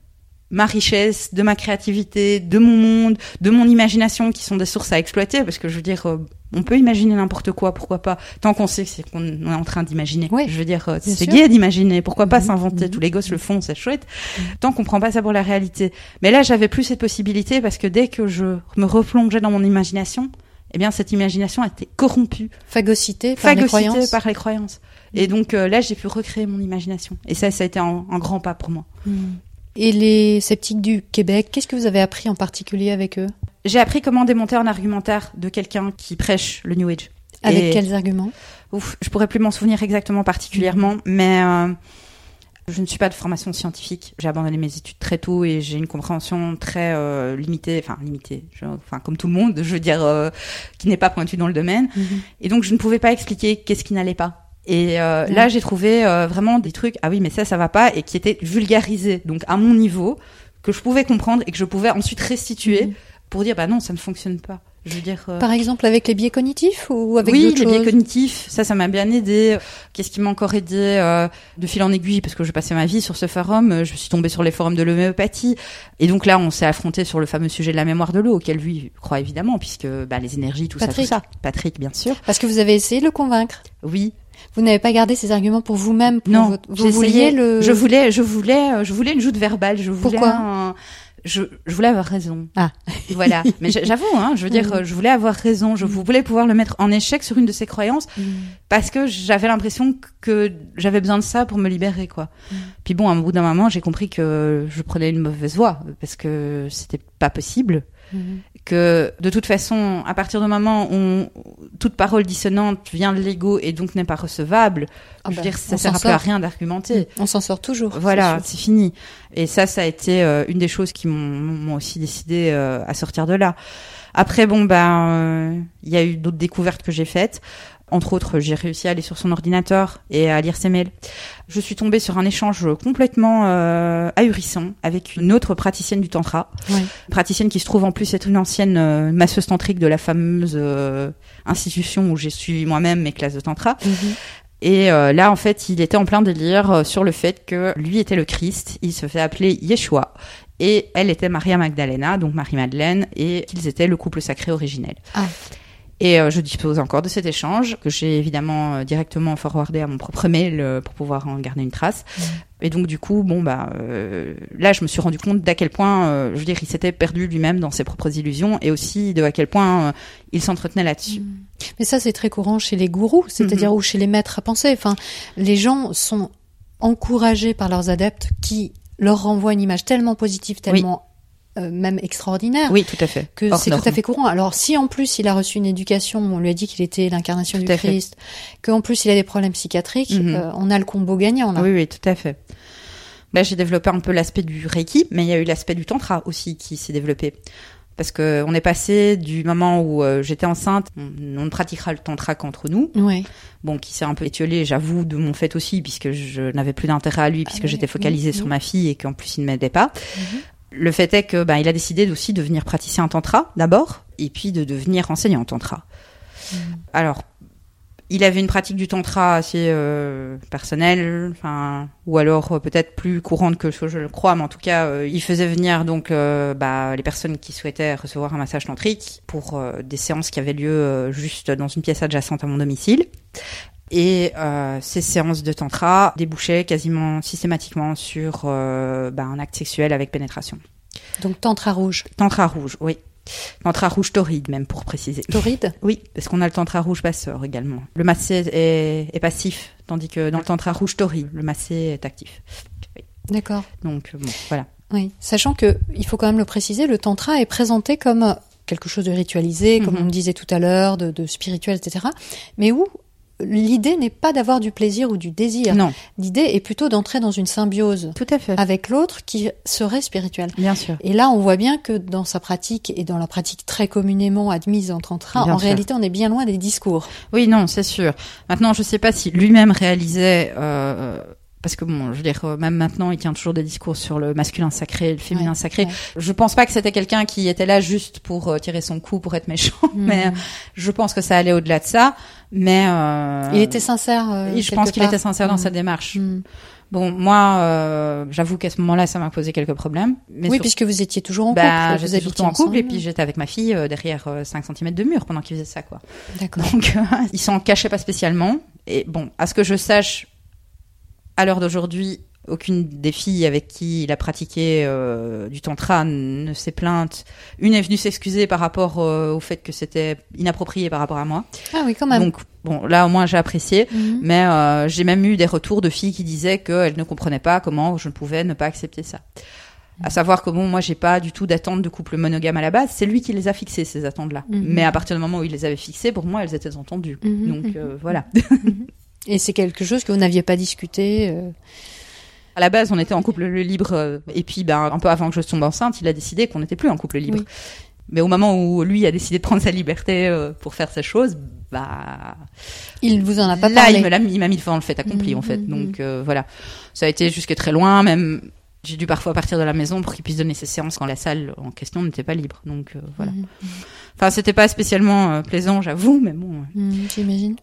ma richesse, de ma créativité, de mon monde, de mon imagination, qui sont des sources à exploiter, parce que je veux dire, euh, on peut imaginer n'importe quoi, pourquoi pas, tant qu'on sait que c'est qu'on est en train d'imaginer. Oui, je veux dire, euh, c'est gai d'imaginer, pourquoi pas mmh, s'inventer, mmh. tous les gosses le font, c'est chouette, mmh. tant qu'on prend pas ça pour la réalité. Mais là, j'avais plus cette possibilité, parce que dès que je me replongeais dans mon imagination, eh bien, cette imagination a été corrompue. Phagocytée par Phagocytée les croyances. par les croyances. Mmh. Et donc, euh, là, j'ai pu recréer mon imagination. Et ça, ça a été un, un grand pas pour moi. Mmh. Et les sceptiques du Québec, qu'est-ce que vous avez appris en particulier avec eux ? J'ai appris comment démonter un argumentaire de quelqu'un qui prêche le New Age. Avec Et... quels arguments ? Ouf, je pourrais plus m'en souvenir exactement particulièrement, mmh. mais euh, je ne suis pas de formation scientifique. J'ai abandonné mes études très tôt et j'ai une compréhension très euh, limitée, enfin limitée, je, enfin comme tout le monde, je veux dire, euh, qui n'est pas pointue dans le domaine. Mmh. Et donc je ne pouvais pas expliquer qu'est-ce qui n'allait pas. Et euh, ouais. là, j'ai trouvé euh, vraiment des trucs, ah oui, mais ça, ça va pas, et qui étaient vulgarisés, donc à mon niveau, que je pouvais comprendre et que je pouvais ensuite restituer mmh. pour dire, bah non, ça ne fonctionne pas. Je veux dire. Euh... Par exemple, avec les biais cognitifs ou avec oui, d'autres choses ? Oui, les biais cognitifs, ça, ça m'a bien aidé. Qu'est-ce qui m'a encore aidé euh, de fil en aiguille, parce que je passais ma vie sur ce forum, je suis tombée sur les forums de l'homéopathie, et donc là, on s'est affronté sur le fameux sujet de la mémoire de l'eau, auquel lui croit évidemment, puisque bah, les énergies, tout Patrick. ça, tout ça. Patrick, bien sûr. Parce que vous avez essayé de le convaincre ? Oui. Vous n'avez pas gardé ces arguments pour vous-même pour Non, votre... vous vouliez le. Je voulais, je voulais, je voulais une joute verbale. Je voulais. Pourquoi un... je, je voulais avoir raison. Ah. Voilà. Mais j'avoue, hein, je veux dire, mmh. je voulais avoir raison. Je voulais pouvoir le mettre en échec sur une de ses croyances mmh. parce que j'avais l'impression que j'avais besoin de ça pour me libérer, quoi. Mmh. Puis bon, à un bout d'un moment, j'ai compris que je prenais une mauvaise voie parce que c'était pas possible. Mmh. Que de toute façon, à partir du moment où on toute parole dissonante vient de l'ego et donc n'est pas recevable, Ah je veux bah, dire, ça on sert s'en un peu à sort. rien d'argumenter. On s'en sort toujours. Voilà, c'est sûr. c'est fini. Et ça, ça a été euh, une des choses qui m'ont, m'ont aussi décidé euh, à sortir de là. Après, bon, ben, il euh, y a eu d'autres découvertes que j'ai faites. Entre autres, j'ai réussi à aller sur son ordinateur et à lire ses mails. Je suis tombée sur un échange complètement euh, ahurissant avec une autre praticienne du tantra. Ouais. Praticienne qui se trouve en plus être une ancienne euh, masseuse tantrique de la fameuse euh, institution où j'ai suivi moi-même mes classes de tantra. Mm-hmm. Et euh, là, en fait, il était en plein délire euh, sur le fait que lui était le Christ. Il se fait appeler Yeshua. Et elle était Maria Magdalena, donc Marie-Madeleine, et qu'ils étaient le couple sacré originel. Ah. Et euh, je dispose encore de cet échange, que j'ai évidemment euh, directement forwardé à mon propre mail euh, pour pouvoir en garder une trace. Mmh. Et donc, du coup, bon, bah, euh, là, je me suis rendu compte d'à quel point, euh, je veux dire, il s'était perdu lui-même dans ses propres illusions, et aussi de à quel point euh, il s'entretenait là-dessus. Mmh. Mais ça, c'est très courant chez les gourous, c'est-à-dire mmh. ou chez les maîtres à penser. Enfin, les gens sont encouragés par leurs adeptes qui leur renvoient une image tellement positive, tellement... Oui. Euh, même extraordinaire. Oui, tout à fait. Que Hors c'est norme. Tout à fait courant. Alors, si en plus il a reçu une éducation, on lui a dit qu'il était l'incarnation tout du Christ, qu'en plus il a des problèmes psychiatriques, mm-hmm. euh, on a le combo gagnant là. Oui, oui, tout à fait. Là, j'ai développé un peu l'aspect du Reiki, mais il y a eu l'aspect du Tantra aussi qui s'est développé. Parce que on est passé du moment où euh, j'étais enceinte, on, on ne pratiquera le tantra qu'entre nous. Ouais. Bon, qui s'est un peu étiolé, j'avoue, de mon fait aussi, puisque je n'avais plus d'intérêt à lui, puisque ah, j'étais focalisée oui, sur oui. ma fille et qu'en plus il ne m'aidait pas. Mm-hmm. Le fait est que ben il a décidé aussi de devenir praticien en tantra d'abord, et puis de devenir enseignant en tantra. Mm. Alors, il avait une pratique du tantra assez euh, personnelle, enfin, ou alors euh, peut-être plus courante que je, je le crois, mais en tout cas, euh, il faisait venir donc euh, bah, les personnes qui souhaitaient recevoir un massage tantrique pour euh, des séances qui avaient lieu euh, juste dans une pièce adjacente à mon domicile. Et euh, ces séances de tantra débouchaient quasiment systématiquement sur euh, bah, un acte sexuel avec pénétration. Donc tantra rouge. Tantra rouge, oui. Tantra rouge torride même, pour préciser. Torride ? Oui, parce qu'on a le tantra rouge passeur également. Le massé est, est passif, tandis que dans le tantra rouge torride, le massé est actif. Oui. D'accord. Donc bon, voilà. Oui, sachant que il faut quand même le préciser, le tantra est présenté comme quelque chose de ritualisé, comme mm-hmm. on disait tout à l'heure, de, de spirituel, et cetera. Mais où l'idée n'est pas d'avoir du plaisir ou du désir. Non. L'idée est plutôt d'entrer dans une symbiose. Tout à fait. Avec l'autre qui serait spirituel. Bien sûr. Et là, on voit bien que dans sa pratique et dans la pratique très communément admise en tantra, bien en sûr. Réalité, on est bien loin des discours. Oui, non, c'est sûr. Maintenant, je sais pas si lui-même réalisait... Euh... Parce que bon, je veux dire, même maintenant, il tient toujours des discours sur le masculin sacré, le féminin ouais, sacré. Ouais. Je pense pas que c'était quelqu'un qui était là juste pour euh, tirer son coup, pour être méchant. Mmh. Mais je pense que ça allait au-delà de ça. Mais euh, il était sincère. Euh, et je pense qu'il part. était sincère mmh. dans sa démarche. Mmh. Bon, moi, euh, j'avoue qu'à ce moment-là, ça m'a posé quelques problèmes. Mais oui, sur... puisque vous étiez toujours en couple. Bah, vous j'étais surtout en couple, et puis j'étais avec ma fille euh, derrière euh, cinq centimètres de mur pendant qu'il faisait ça, quoi. D'accord. Donc, euh, il s'en cachait pas spécialement. Et bon, à ce que je sache, à l'heure d'aujourd'hui, aucune des filles avec qui il a pratiqué euh, du tantra ne s'est plainte. Une est venue s'excuser par rapport euh, au fait que c'était inapproprié par rapport à moi. Ah oui, quand même. Donc bon, là au moins j'ai apprécié. Mm-hmm. Mais euh, j'ai même eu des retours de filles qui disaient qu'elles ne comprenaient pas comment je ne pouvais ne pas accepter ça. À savoir que bon, moi j'ai pas du tout d'attente de couple monogame à la base. C'est lui qui les a fixées, ces attentes-là. Mm-hmm. Mais à partir du moment où il les avait fixées, pour moi elles étaient entendues. Mm-hmm. Donc euh, voilà. Et c'est quelque chose que vous n'aviez pas discuté euh... À la base, on était en couple libre, euh, et puis ben, un peu avant que je tombe enceinte, il a décidé qu'on n'était plus en couple libre. Oui. Mais au moment où lui a décidé de prendre sa liberté euh, pour faire ses choses, bah... Il vous en a pas là, parlé. Là, il me l'a mis, il m'a mis devant le fait accompli, mmh, en fait. Mmh. Donc euh, voilà, ça a été jusque très loin, même... J'ai dû parfois partir de la maison pour qu'il puisse donner ses séances quand la salle en question n'était pas libre. Donc euh, voilà. Mmh. Enfin, c'était pas spécialement euh, plaisant, j'avoue, mais bon... Mmh, j'imagine.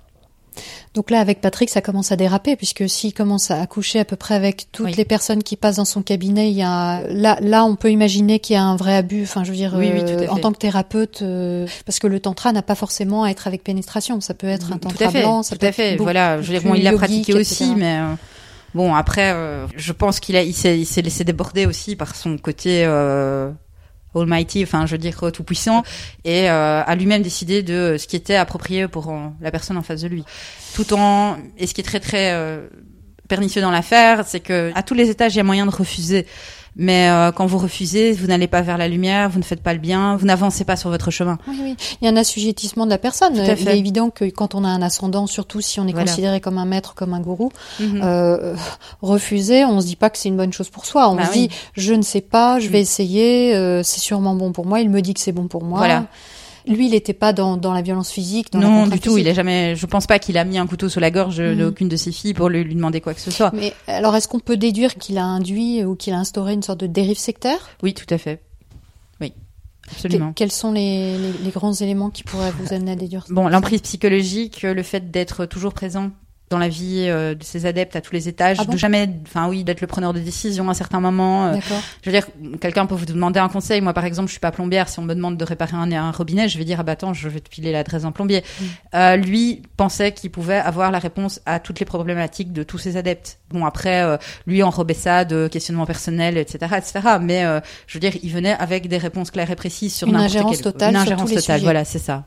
Donc là, avec Patrick, ça commence à déraper, puisque s'il commence à coucher à peu près avec toutes oui. les personnes qui passent dans son cabinet, il y a là, là, on peut imaginer qu'il y a un vrai abus. Enfin, je veux dire, oui, oui, euh, en tant que thérapeute, euh, parce que le tantra n'a pas forcément à être avec pénétration. Ça peut être un tantra tout à fait, blanc, ça tout peut à fait. Être voilà, je veux dire, bon, il l'a pratiqué aussi, et cetera. Mais euh, bon, après, euh, je pense qu'il a, il s'est, il s'est laissé déborder aussi par son côté. Euh, Almighty, enfin je veux dire tout puissant, et euh, a lui-même décidé de ce qui était approprié pour euh, la personne en face de lui. Tout en et ce qui est très très euh, pernicieux dans l'affaire, c'est que à tous les étages il y a moyen de refuser. Mais euh, quand vous refusez, vous n'allez pas vers la lumière, vous ne faites pas le bien, vous n'avancez pas sur votre chemin. Oui, oui. Il y a un assujettissement de la personne. Tout à Il fait. est évident que quand on a un ascendant, surtout si on est Voilà. considéré comme un maître, comme un gourou, Mm-hmm. euh, refuser, on se dit pas que c'est une bonne chose pour soi. On Bah se oui. dit, je ne sais pas, je vais Mm. essayer, euh, c'est sûrement bon pour moi. Il me dit que c'est bon pour moi. Voilà. Lui, il n'était pas dans, dans la violence physique, dans la Non, contrainte du tout. physique. Il est jamais. Je pense pas qu'il a mis un couteau sur la gorge Mhm. d'aucune de ses filles pour lui, lui demander quoi que ce soit. Mais alors, est-ce qu'on peut déduire qu'il a induit ou qu'il a instauré une sorte de dérive sectaire? Oui, tout à fait. Oui, Que- absolument. quels sont les, les, les grands éléments qui pourraient vous amener à déduire ça? Bon, l'emprise psychologique, le fait d'être toujours présent dans la vie euh, de ses adeptes à tous les étages, Ah bon de jamais, enfin oui, d'être le preneur de décision à certains moments. euh, D'accord. Je veux dire, quelqu'un peut vous demander un conseil. Moi, par exemple, je suis pas plombière. Si on me demande de réparer un, un robinet, je vais dire, ah bah attends, je vais te filer l'adresse d'un plombier. Mm. Euh, lui pensait qu'il pouvait avoir la réponse à toutes les problématiques de tous ses adeptes. Bon, après, euh, lui enrobait ça de questionnements personnels, et cetera, et cetera. Mais euh, je veux dire, il venait avec des réponses claires et précises sur Une n'importe ingérence quel- totale une sur ingérence tous les totale. sujets. Voilà, c'est ça.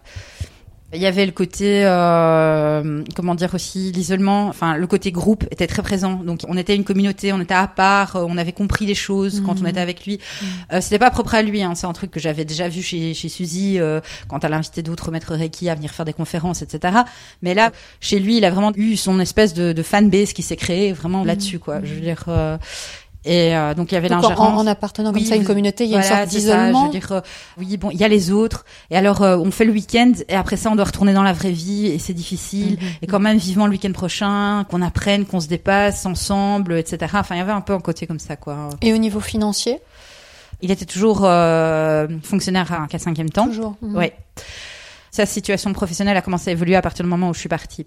Il y avait le côté, euh, comment dire aussi, l'isolement. Enfin, le côté groupe était très présent. Donc, on était une communauté, on était à part, euh, on avait compris les choses quand on Mhm. était avec lui. Mhm. Euh, c'était pas propre à lui. Hein, c'est un truc que j'avais déjà vu chez chez Suzy euh, quand elle a invité d'autres maîtres Reiki à venir faire des conférences, et cetera. Mais là, chez lui, il a vraiment eu son espèce de, de fanbase qui s'est créée vraiment Mhm. là-dessus, quoi. Je veux dire. Euh, et euh, donc il y avait Donc, en, l'ingérence. en appartenant comme Oui, ça à une vous- communauté, il y a voilà, une sorte c'est ça, je d'isolement. veux dire, euh, oui, bon, il y a les autres. Et alors, euh, on fait le week-end, et après ça, on doit retourner dans la vraie vie, et c'est difficile. Mhm. Et quand même, vivement le week-end prochain, qu'on apprenne, qu'on se dépasse ensemble, et cetera. Enfin, il y avait un peu un côté comme ça, quoi. Et au niveau financier, Il était toujours euh, fonctionnaire à un quatre cinquième temps. toujours. Mhm. Ouais. Sa situation professionnelle a commencé à évoluer à partir du moment où je suis partie.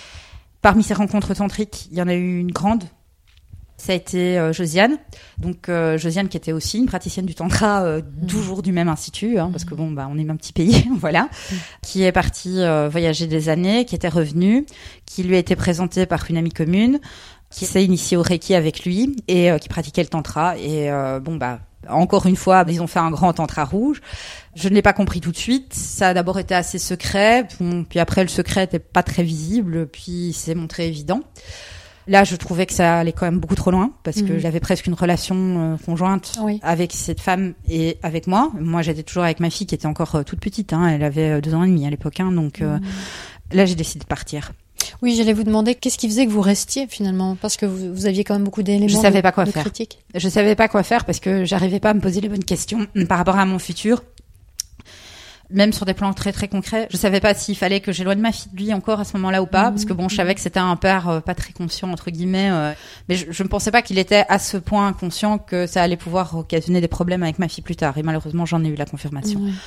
Parmi ces rencontres tantriques, il y en a eu une grande. Ça a été euh, Josiane, donc euh, Josiane qui était aussi une praticienne du tantra, euh, Mmh. toujours du même institut, hein, parce que bon, bah, on est un petit pays, voilà, Mmh. qui est partie euh, voyager des années, qui était revenue, qui lui a été présentée par une amie commune, qui s'est initiée au Reiki avec lui et euh, qui pratiquait le tantra. Et euh, bon, bah, encore une fois, ils ont fait un grand tantra rouge. Je ne l'ai pas compris tout de suite. Ça a d'abord été assez secret, bon, puis après le secret n'était pas très visible, puis il s'est montré évident. Là, je trouvais que ça allait quand même beaucoup trop loin parce que Mhm. j'avais presque une relation euh, conjointe Oui. avec cette femme et avec moi. Moi, j'étais toujours avec ma fille qui était encore euh, toute petite. Hein. Elle avait euh, deux ans et demi à l'époque. Hein, donc euh, Mhm. là, j'ai décidé de partir. Oui, j'allais vous demander qu'est-ce qui faisait que vous restiez finalement, parce que vous, vous aviez quand même beaucoup d'éléments. Je savais de, pas quoi de faire. critique. Je savais pas quoi faire parce que j'arrivais pas à me poser les bonnes questions par rapport à mon futur. Même sur des plans très très concrets, je savais pas s'il fallait que j'éloigne ma fille de lui encore à ce moment-là ou pas, Mmh. parce que bon, je savais que c'était un père euh, pas très conscient entre guillemets, euh, mais je, je ne pensais pas qu'il était à ce point conscient que ça allait pouvoir occasionner des problèmes avec ma fille plus tard. Et malheureusement, j'en ai eu la confirmation. Ouais.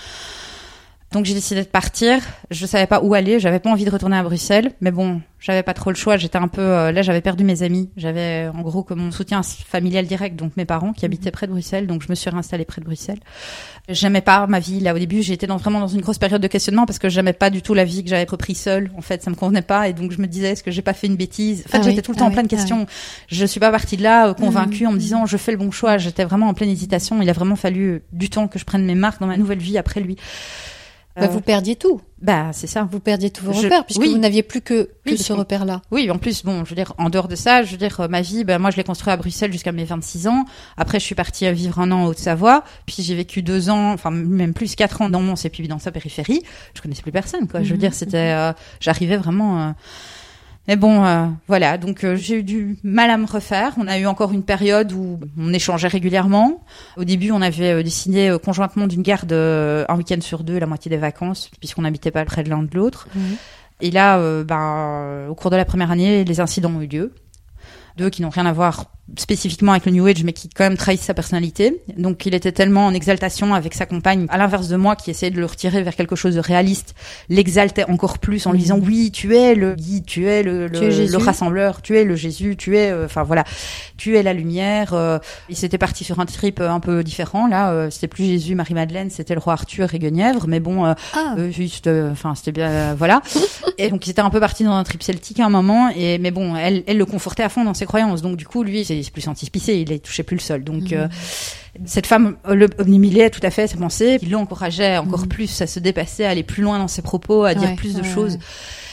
Donc j'ai décidé de partir. Je savais pas où aller. J'avais pas envie de retourner à Bruxelles, mais bon, j'avais pas trop le choix. J'étais un peu euh, là, j'avais perdu mes amis. J'avais en gros que mon soutien familial direct, donc mes parents qui habitaient près de Bruxelles. Donc je me suis réinstallée près de Bruxelles. J'aimais pas ma vie là au début. J'étais dans, vraiment dans une grosse période de questionnement parce que j'aimais pas du tout la vie que j'avais repris seule. En fait, ça me convenait pas et donc je me disais est-ce que j'ai pas fait une bêtise. En fait, Ah j'étais oui, tout le temps ah en pleine oui, ah question. Je suis pas partie de là euh, convaincue Mhm. en me disant je fais le bon choix. J'étais vraiment en pleine hésitation. Il a vraiment fallu du temps que je prenne mes marques dans ma nouvelle vie après lui. Bah, Euh, vous perdiez tout. Bah, c'est ça. Vous perdiez tous vos Je- repères puisque oui. vous n'aviez plus que, que Oui, ce parce que- repère-là. Oui, en plus, bon, je veux dire, en dehors de ça, je veux dire, euh, ma vie, ben, moi, je l'ai construite à Bruxelles jusqu'à mes vingt-six ans. Après, je suis partie euh, vivre un an en Haute-Savoie. Puis, j'ai vécu deux ans, enfin, même plus, quatre ans dans Mons et puis dans sa périphérie. Je connaissais plus personne, quoi. Je veux Mhm, dire, c'était, euh, j'arrivais vraiment, euh, mais bon, euh, voilà. Donc, euh, j'ai eu du mal à me refaire. On a eu encore une période où on échangeait régulièrement. Au début, on avait euh, décidé euh, conjointement d'une garde euh, un week-end sur deux, la moitié des vacances, puisqu'on n'habitait pas près de l'un de l'autre. Mhm. Et là, euh, ben, euh, au cours de la première année, les incidents ont eu lieu. Deux qui n'ont rien à voir spécifiquement avec le New Age, mais qui quand même trahissent sa personnalité. Donc, il était tellement en exaltation avec sa compagne, à l'inverse de moi, qui essayait de le retirer vers quelque chose de réaliste, l'exaltait encore plus en lui disant, oui, tu es le guide, tu es le, le, Tu es Jésus. le rassembleur, tu es le Jésus, tu es, euh, enfin voilà, tu es la lumière. Euh, il s'était parti sur un trip euh, un peu différent. Là, euh, c'était plus Jésus, Marie-Madeleine, c'était le roi Arthur et Guenièvre. Mais bon, euh, Ah. euh, juste, enfin, c'était bien, euh, voilà. Et donc, il était un peu parti dans un trip celtique à un moment. Et mais bon, elle, elle le confortait à fond dans ses croyances. Donc, du coup, lui, c'est plus anti-spicé, il ne touchait plus le sol. Donc, Mhm. euh, cette femme le omnimilait tout à fait ses pensées. Il l'encourageait encore Mhm. plus à se dépasser, à aller plus loin dans ses propos, à dire Ouais, plus de ouais, choses. ouais.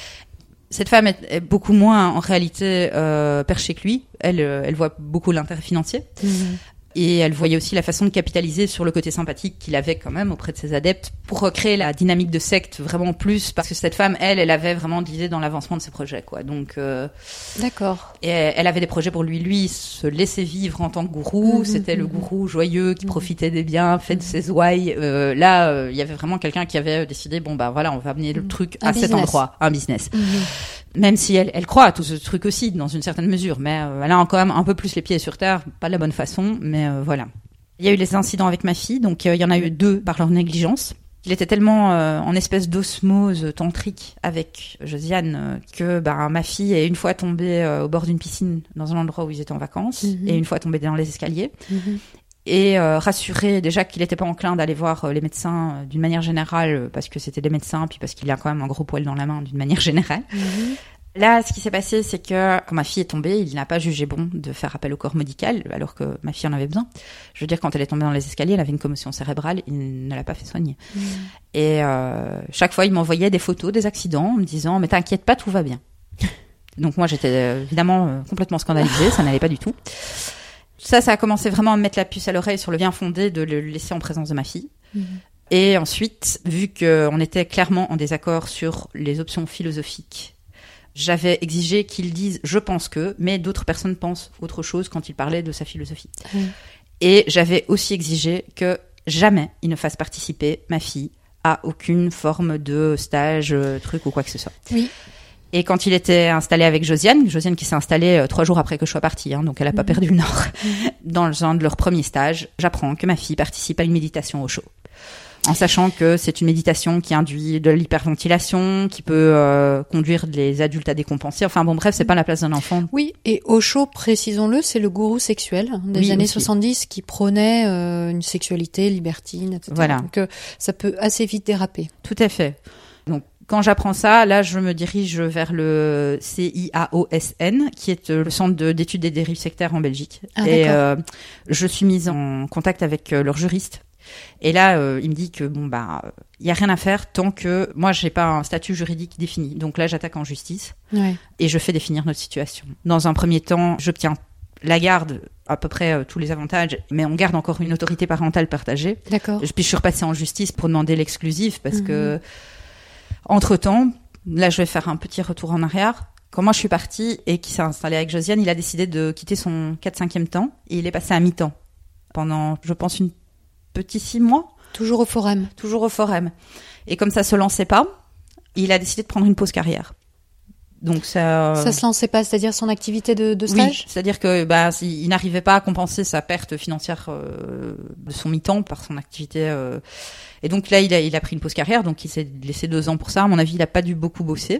Cette femme est, est beaucoup moins, en réalité, euh, perchée que lui. Elle, euh, elle voit beaucoup l'intérêt financier. Mhm. Et elle voyait aussi la façon de capitaliser sur le côté sympathique qu'il avait quand même auprès de ses adeptes pour recréer la dynamique de secte vraiment plus, parce que cette femme, elle, elle avait vraiment de l'idée dans l'avancement de ses projets, quoi. Donc, euh, d'accord. Et elle avait des projets pour lui, lui, se laisser vivre en tant que gourou. Mmh, C'était mmh, le gourou joyeux qui mmh. profitait des bienfaits de ses ouailles. Euh, là, euh, il y avait vraiment quelqu'un qui avait décidé, bon bah voilà, on va amener le mmh. truc un à business. Cet endroit, un business. Mmh. Même si elle, elle croit à tout ce truc aussi, dans une certaine mesure, mais euh, elle a quand même un peu plus les pieds sur terre, pas de la bonne façon, mais euh, voilà. Il y a eu les incidents avec ma fille, donc euh, il y en a eu deux par leur négligence. Il était tellement euh, en espèce d'osmose tantrique avec Josiane euh, que bah, ma fille est une fois tombée euh, au bord d'une piscine dans un endroit où ils étaient en vacances, mm-hmm. et une fois tombée dans les escaliers. Mm-hmm. Et euh, rassurée déjà qu'il n'était pas enclin d'aller voir euh, les médecins euh, d'une manière générale, euh, parce que c'était des médecins, puis parce qu'il a quand même un gros poil dans la main d'une manière générale. Mm-hmm. Là, ce qui s'est passé, c'est que quand ma fille est tombée, il n'a pas jugé bon de faire appel au corps médical, alors que ma fille en avait besoin. Je veux dire, quand elle est tombée dans les escaliers, elle avait une commotion cérébrale, il ne l'a pas fait soigner. Mmh. Et euh, chaque fois, il m'envoyait des photos des accidents en me disant « Mais t'inquiète pas, tout va bien ». Donc moi, j'étais euh, évidemment euh, complètement scandalisée, ça n'allait pas du tout. Ça, ça a commencé vraiment à me mettre la puce à l'oreille sur le bien fondé de le laisser en présence de ma fille. Mmh. Et ensuite, vu qu'on était clairement en désaccord sur les options philosophiques, j'avais exigé qu'il dise « je pense que », mais d'autres personnes pensent autre chose quand il parlait de sa philosophie. Mmh. Et j'avais aussi exigé que jamais il ne fasse participer ma fille à aucune forme de stage, truc ou quoi que ce soit. Oui. Et quand il était installé avec Josiane, Josiane qui s'est installée trois jours après que je sois partie, hein, donc elle n'a mmh. pas perdu le nord, mmh. dans un de leurs premiers stages, j'apprends que ma fille participe à une méditation au chaud. En sachant que c'est une méditation qui induit de l'hyperventilation, qui peut euh, conduire les adultes à décompenser. Enfin bon, bref, c'est pas la place d'un enfant. Oui, et Osho, précisons-le, c'est le gourou sexuel des oui, années aussi. soixante-dix qui prônait euh, une sexualité libertine, et cetera. Voilà. Donc euh, ça peut assez vite déraper. Tout à fait. Donc quand j'apprends ça, là, je me dirige vers le C I A O S N, qui est le centre de, d'études des dérives sectaires en Belgique. Ah, et euh, je suis mise en contact avec euh, leur juriste. Et là, euh, il me dit que bon bah, il y a rien à faire tant que moi j'ai pas un statut juridique défini. Donc là, j'attaque en justice ouais. et je fais définir notre situation. Dans un premier temps, j'obtiens la garde, à peu près euh, tous les avantages, mais on garde encore une autorité parentale partagée. D'accord. Puis je suis repassée en justice pour demander l'exclusif parce mmh. que entre temps, là, je vais faire un petit retour en arrière. Quand moi je suis partie et qu'il s'est installé avec Josiane, il a décidé de quitter son quatre cinquième temps et il est passé à mi-temps pendant, je pense, une petit six mois. Toujours au forum. Toujours au forum. Et comme ça se lançait pas, il a décidé de prendre une pause carrière. Donc ça. Ça se lançait pas, c'est-à-dire son activité de, de stage. Oui, c'est-à-dire que bah il n'arrivait pas à compenser sa perte financière euh, de son mi-temps par son activité. Euh... Et donc là, il a il a pris une pause carrière, donc il s'est laissé deux ans pour ça. À mon avis, il a pas dû beaucoup bosser.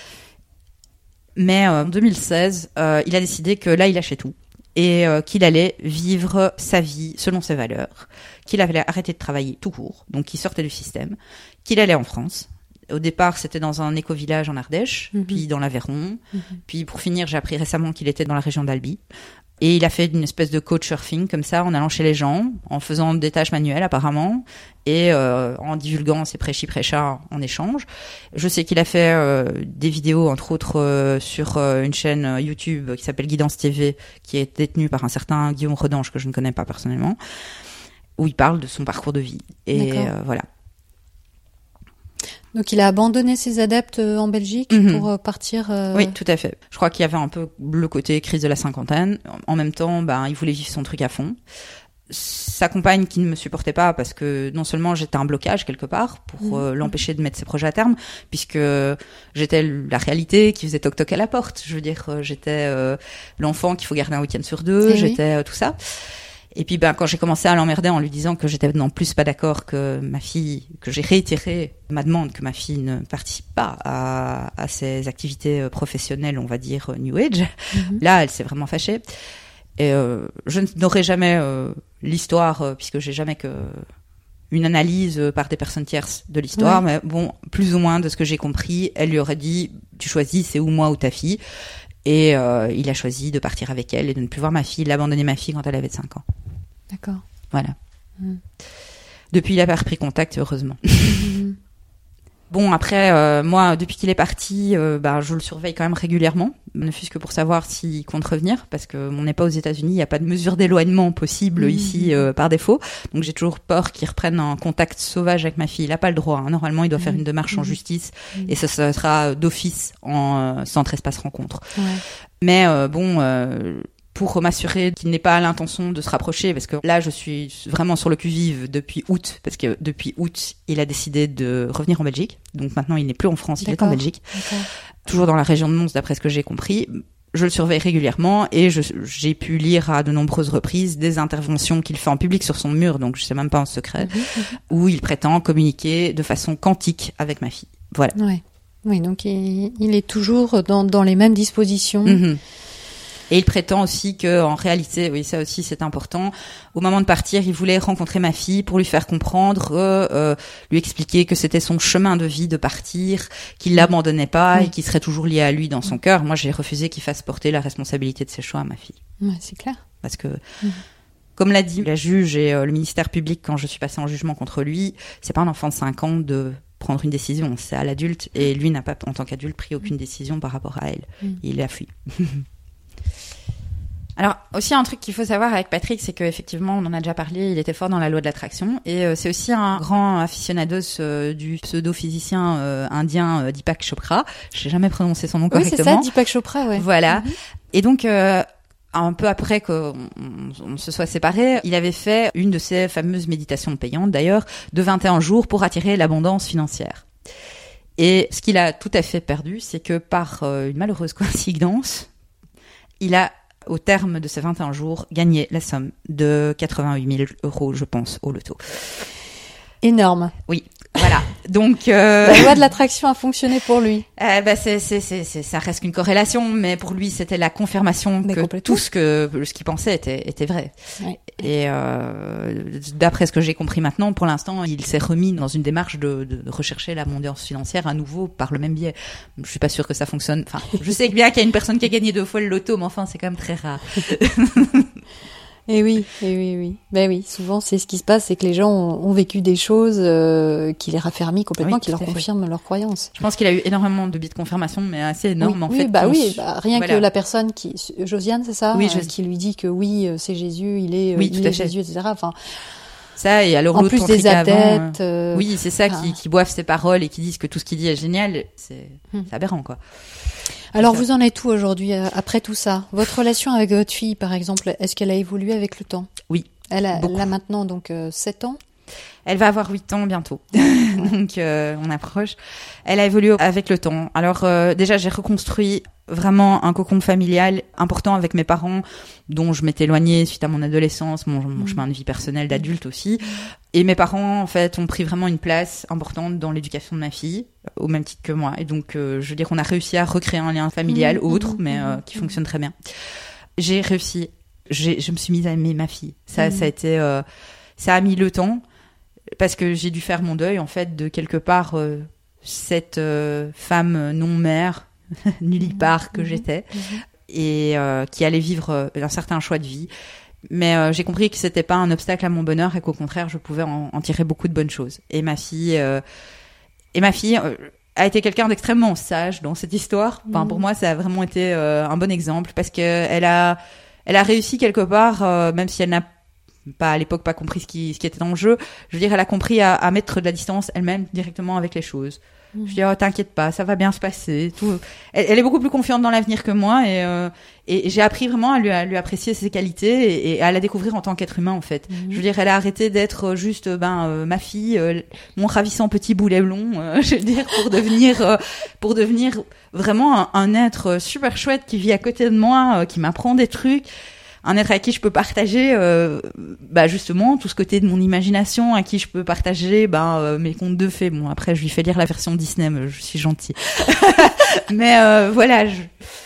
Mais euh, en deux mille seize, euh, il a décidé que là, il lâchait tout. Et euh, qu'il allait vivre sa vie selon ses valeurs, qu'il allait arrêter de travailler tout court, donc qu'il sortait du système, qu'il allait en France. Au départ, c'était dans un éco-village en Ardèche, mmh. puis dans l'Aveyron, mmh. puis pour finir, j'ai appris récemment qu'il était dans la région d'Albi. Et il a fait une espèce de couchsurfing comme ça, en allant chez les gens, en faisant des tâches manuelles apparemment, et euh, en divulguant ses prêchis-prêchas en échange. Je sais qu'il a fait euh, des vidéos, entre autres, euh, sur euh, une chaîne YouTube qui s'appelle Guidance T V, qui est détenue par un certain Guillaume Redange, que je ne connais pas personnellement, où il parle de son parcours de vie. Et euh, voilà. Donc il a abandonné ses adeptes en Belgique mmh. pour partir... Euh... Oui, tout à fait. Je crois qu'il y avait un peu le côté crise de la cinquantaine. En même temps, ben, il voulait vivre son truc à fond. Sa compagne qui ne me supportait pas parce que non seulement j'étais un blocage quelque part pour mmh. euh, l'empêcher de mettre ses projets à terme, puisque j'étais la réalité qui faisait toc-toc à la porte. Je veux dire, j'étais euh, l'enfant qu'il faut garder un week-end sur deux, et j'étais oui. euh, tout ça. Et puis, ben, quand j'ai commencé à l'emmerder en lui disant que j'étais non plus pas d'accord que ma fille, que j'ai réitéré ma demande que ma fille ne participe pas à, à ses activités professionnelles, on va dire New Age, mm-hmm. là, elle s'est vraiment fâchée. Et euh, je n'aurai jamais euh, l'histoire, euh, puisque j'ai jamais que une analyse par des personnes tierces de l'histoire, ouais. mais bon, plus ou moins de ce que j'ai compris, elle lui aurait dit, tu choisis, c'est ou moi ou ta fille. Et euh, il a choisi de partir avec elle et de ne plus voir ma fille, d'abandonner ma fille quand elle avait cinq ans. D'accord. Voilà. Mmh. Depuis, il a pas repris contact, heureusement. Mmh. Bon, après, euh, moi, depuis qu'il est parti, euh, bah, je le surveille quand même régulièrement, ne fût-ce que pour savoir s'il compte revenir, parce que on n'est pas aux États-Unis, il n'y a pas de mesure d'éloignement possible mmh. ici euh, par défaut. Donc j'ai toujours peur qu'il reprenne un contact sauvage avec ma fille. Il n'a pas le droit. Hein. Normalement, il doit mmh. faire une démarche mmh. en justice mmh. et ça, ça sera d'office en euh, centre espace rencontre. Ouais. Mais euh, bon. Euh, pour m'assurer qu'il n'ait pas l'intention de se rapprocher, parce que là, je suis vraiment sur le qui-vive depuis août, parce que depuis août, il a décidé de revenir en Belgique. Donc maintenant, il n'est plus en France, il D'accord. est en Belgique. D'accord. Toujours dans la région de Mons, d'après ce que j'ai compris. Je le surveille régulièrement et je, j'ai pu lire à de nombreuses reprises des interventions qu'il fait en public sur son mur, donc je sais même pas en secret, mmh, mmh. où il prétend communiquer de façon quantique avec ma fille. Voilà. Ouais. Oui, donc il, il est toujours dans, dans les mêmes dispositions. Mmh. Et il prétend aussi que, en réalité, oui, ça aussi c'est important. Au moment de partir, il voulait rencontrer ma fille pour lui faire comprendre, euh, euh, lui expliquer que c'était son chemin de vie de partir, qu'il l'abandonnait pas oui. et qu'il serait toujours lié à lui dans son cœur. Moi, j'ai refusé qu'il fasse porter la responsabilité de ses choix à ma fille. Ouais, c'est clair. Parce que, mmh. comme l'a dit la juge et euh, le ministère public quand je suis passée en jugement contre lui, c'est pas un enfant de cinq ans de prendre une décision, c'est à l'adulte. Et lui n'a pas, en tant qu'adulte, pris aucune décision par rapport à elle. Mmh. Il a fui. Alors, aussi un truc qu'il faut savoir avec Patrick, c'est qu'effectivement, on en a déjà parlé, il était fort dans la loi de l'attraction, et euh, c'est aussi un grand aficionados euh, du pseudo-physicien euh, indien euh, Deepak Chopra. Je n'ai jamais prononcé son nom oui, correctement. Oui, c'est ça, Deepak Chopra, ouais. Voilà. Mm-hmm. Et donc, euh, un peu après qu'on on, on se soit séparés, il avait fait une de ces fameuses méditations payantes, d'ailleurs, de vingt et un jours pour attirer l'abondance financière. Et ce qu'il a tout à fait perdu, c'est que par euh, une malheureuse coïncidence, il a au terme de ces vingt et un jours, gagner la somme de quatre-vingt-huit mille euros, je pense, au loto. Énorme. Oui, voilà. Donc euh... la loi de l'attraction a fonctionné pour lui. Euh, bah c'est c'est c'est c'est ça reste qu'une corrélation, mais pour lui c'était la confirmation mais que tout ce que ce qu'il pensait était était vrai. Ouais. Et euh, d'après ce que j'ai compris maintenant, pour l'instant, il s'est remis dans une démarche de, de rechercher l'abondance financière à nouveau par le même biais. Je suis pas sûre que ça fonctionne. Enfin, je sais bien qu'il y a une personne qui a gagné deux fois le loto, mais enfin c'est quand même très rare. Et oui, et oui, oui. Ben oui, souvent c'est ce qui se passe, c'est que les gens ont, ont vécu des choses euh, qui les raffermissent complètement, oui, qui leur confirment leurs croyances. Je pense qu'il a eu énormément de bits de confirmation, mais assez énorme oui, en oui, fait. Bah oui, bah rien voilà. que la personne qui, Josiane, c'est ça, oui, euh, qui lui dit que oui, c'est Jésus, il est, oui, il est Jésus, et cetera. Enfin. Ça, et alors en l'autre plus des adeptes. Avant, euh... Oui, c'est ça, ah. qui, qui boivent ses paroles et qui disent que tout ce qu'il dit est génial. C'est, hmm. c'est aberrant, quoi. Alors, vous en êtes où aujourd'hui, euh, après tout ça? Votre relation avec votre fille, par exemple, est-ce qu'elle a évolué avec le temps? Oui. Elle a, elle a maintenant donc euh, sept ans. Elle va avoir huit ans bientôt. Donc, euh, on approche. Elle a évolué avec le temps. Alors, euh, déjà, j'ai reconstruit vraiment un cocon familial important avec mes parents, dont je m'étais éloignée suite à mon adolescence, mon, mon mmh. chemin de vie personnelle d'adulte aussi. Et mes parents, en fait, ont pris vraiment une place importante dans l'éducation de ma fille, au même titre que moi. Et donc, euh, je veux dire, on a réussi à recréer un lien familial mmh. autre, mais euh, qui fonctionne très bien. J'ai réussi. J'ai, je me suis mise à aimer ma fille. Ça, mmh. ça a été, euh, ça a mis le temps. Parce que j'ai dû faire mon deuil, en fait, de quelque part, euh, cette euh, femme non-mère, nullipare que mmh. j'étais, mmh. et euh, qui allait vivre euh, un certain choix de vie. Mais euh, j'ai compris que c'était pas un obstacle à mon bonheur et qu'au contraire, je pouvais en, en tirer beaucoup de bonnes choses. Et ma fille, euh, et ma fille euh, a été quelqu'un d'extrêmement sage dans cette histoire. Enfin, mmh. pour moi, ça a vraiment été euh, un bon exemple parce que elle a, elle a réussi quelque part, euh, même si elle n'a pas à l'époque pas compris ce qui ce qui était en jeu. Je veux dire, elle a compris à, à mettre de la distance elle-même directement avec les choses. Mmh. Je dis oh, t'inquiète pas, ça va bien se passer. Tout. Elle, elle est beaucoup plus confiante dans l'avenir que moi et euh, et j'ai appris vraiment à lui à lui apprécier ses qualités et, et à la découvrir en tant qu'être humain en fait. Mmh. Je veux dire, elle a arrêté d'être juste ben euh, ma fille, euh, mon ravissant petit boulet blond. Euh, je veux dire pour devenir euh, pour devenir vraiment un, un être super chouette qui vit à côté de moi, euh, qui m'apprend des trucs. Un être à qui je peux partager euh, bah justement tout ce côté de mon imagination, à qui je peux partager bah, euh, mes contes de fées. Bon après je lui fais lire la version Disney, mais je suis gentille. Mais euh, voilà, je...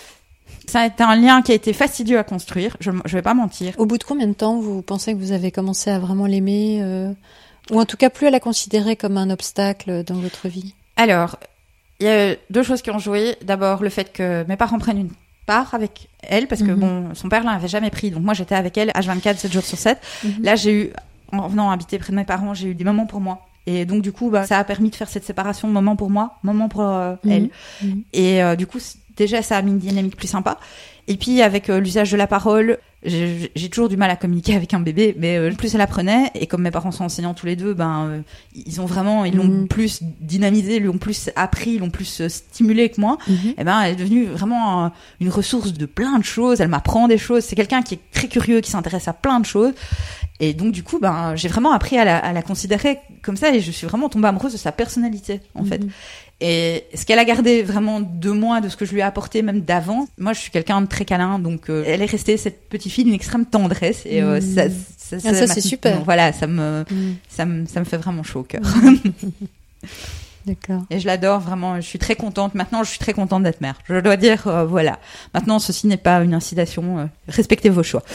ça a été un lien qui a été fastidieux à construire, je, je vais pas mentir. Au bout de combien de temps vous pensez que vous avez commencé à vraiment l'aimer euh, ou en tout cas plus à la considérer comme un obstacle dans votre vie? Alors, il y a deux choses qui ont joué. D'abord le fait que mes parents prennent une part avec elle parce que mmh. bon son père l'avait jamais pris, donc moi j'étais avec elle H vingt-quatre sept jours sur sept. Mmh. Là j'ai eu, en venant habiter près de mes parents, j'ai eu des moments pour moi Et donc du coup, bah, ça a permis de faire cette séparation, moment pour moi, moment pour euh, mmh. elle. Mmh. Et euh, du coup, déjà, ça a mis une dynamique plus sympa. Et puis avec euh, l'usage de la parole, j'ai, j'ai toujours du mal à communiquer avec un bébé, mais euh, plus elle apprenait, et comme mes parents sont enseignants tous les deux, ben euh, ils ont vraiment, ils l'ont mmh. plus dynamisé, l'ont plus appris, l'ont plus euh, stimulé que moi. Mmh. Et ben elle est devenue vraiment euh, une ressource de plein de choses. Elle m'apprend des choses. C'est quelqu'un qui est très curieux, qui s'intéresse à plein de choses. Et donc du coup, ben j'ai vraiment appris à la, à la considérer comme ça, et je suis vraiment tombée amoureuse de sa personnalité en mmh. fait. Et ce qu'elle a gardé vraiment de moi, de ce que je lui ai apporté même d'avant, moi je suis quelqu'un de très câlin, donc euh, elle est restée cette petite fille d'une extrême tendresse, et euh, mmh. ça, ça, ça, ah, ça c'est super. Voilà, ça me, mmh. ça me, ça me fait vraiment chaud au cœur. D'accord. Et je l'adore vraiment. Je suis très contente. Maintenant, je suis très contente d'être mère. Je dois dire, euh, voilà. Maintenant, ceci n'est pas une incitation. Euh, respectez vos choix.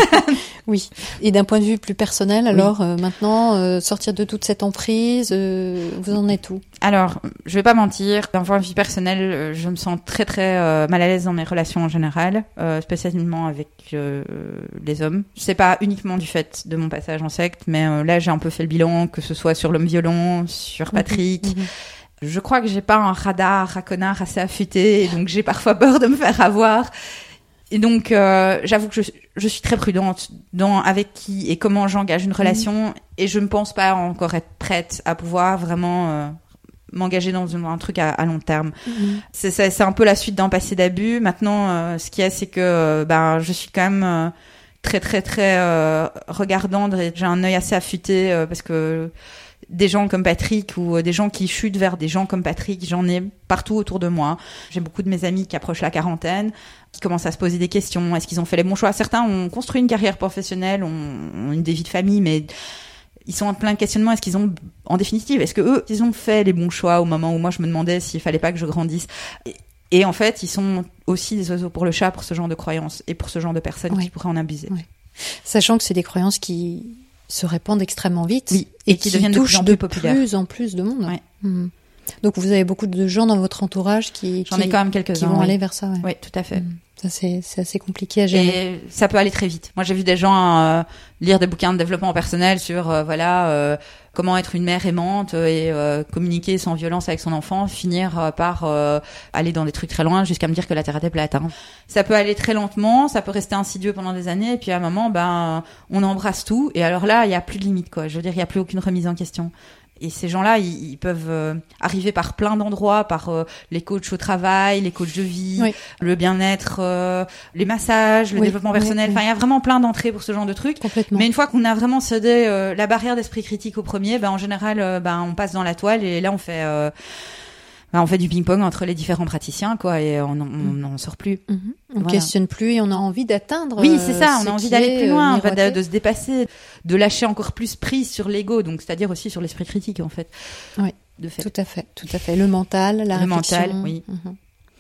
Oui. Et d'un point de vue plus personnel, alors oui. euh, maintenant, euh, sortir de toute cette emprise, euh, vous en êtes où ? Alors, je vais pas mentir. D'un point de vue personnel, je me sens très très euh, mal à l'aise dans mes relations en général, euh, spécialement avec euh, les hommes. C'est pas uniquement du fait de mon passage en secte, mais euh, là, j'ai un peu fait le bilan, que ce soit sur l'homme violent, sur Patrick. Mmh, mmh. Je crois que j'ai pas un radar à connard assez affûté, et donc j'ai parfois peur de me faire avoir. Et donc, euh, j'avoue que je, je suis très prudente dans avec qui et comment j'engage une relation, mmh. et je ne pense pas encore être prête à pouvoir vraiment euh, m'engager dans un, un truc à, à long terme. Mmh. C'est, c'est, c'est un peu la suite d'un passé d'abus. Maintenant, euh, ce qu'il y a, c'est que euh, ben, je suis quand même euh, très, très, très euh, regardante, et j'ai un œil assez affûté, euh, parce que des gens comme Patrick, ou des gens qui chutent vers des gens comme Patrick, j'en ai partout autour de moi. J'ai beaucoup de mes amis qui approchent la quarantaine, qui commencent à se poser des questions. Est-ce qu'ils ont fait les bons choix ? Certains ont construit une carrière professionnelle, ont, ont une des vies de famille, mais ils sont en plein questionnement. Est-ce qu'ils ont, en définitive, est-ce que eux, ils ont fait les bons choix au moment où moi je me demandais s'il fallait pas que je grandisse ? Et, et en fait, ils sont aussi des oiseaux pour le chat pour ce genre de croyances et pour ce genre de personnes oui. qui pourraient en abuser. Oui. Sachant que c'est des croyances qui se répandent extrêmement vite, oui, et, et qui, qui deviennent touchent de plus, plus, plus en plus de monde. Ouais. Mmh. Donc vous avez beaucoup de gens dans votre entourage qui, J'en qui, ai quand même quelques-uns, qui vont oui. aller vers ça. Ouais. Oui, tout à fait. Mmh. Ça, c'est, c'est assez compliqué à gérer. Et ça peut aller très vite. Moi, j'ai vu des gens euh, lire des bouquins de développement personnel sur euh, voilà euh, comment être une mère aimante et euh, communiquer sans violence avec son enfant, finir euh, par euh, aller dans des trucs très loin jusqu'à me dire que la terre était plate. Hein. Ça peut aller très lentement, ça peut rester insidieux pendant des années, et puis à un moment, ben, on embrasse tout. Et alors là, il y a plus de limite, quoi. Je veux dire, il y a plus aucune remise en question. Et ces gens-là, ils, ils peuvent euh, arriver par plein d'endroits, par euh, les coachs au travail, les coachs de vie, oui. le bien-être, euh, les massages, le oui. développement personnel. Oui, enfin, il oui. y a vraiment plein d'entrées pour ce genre de trucs. Complètement. Mais une fois qu'on a vraiment cédé euh, la barrière d'esprit critique au premier, ben en général, euh, ben on passe dans la toile, et là on fait, euh, ben, on fait du ping-pong entre les différents praticiens, quoi, et on n'en sort plus. Mm-hmm. On voilà. questionne plus, et on a envie d'atteindre. Oui, c'est ça. On a envie d'aller plus loin, euh, de, de se dépasser, de lâcher encore plus prise sur l'ego, donc c'est-à-dire aussi sur l'esprit critique, en fait. Oui. De fait. Tout à fait, tout à fait. Le mental, la Le réflexion. mental, oui. Mm-hmm.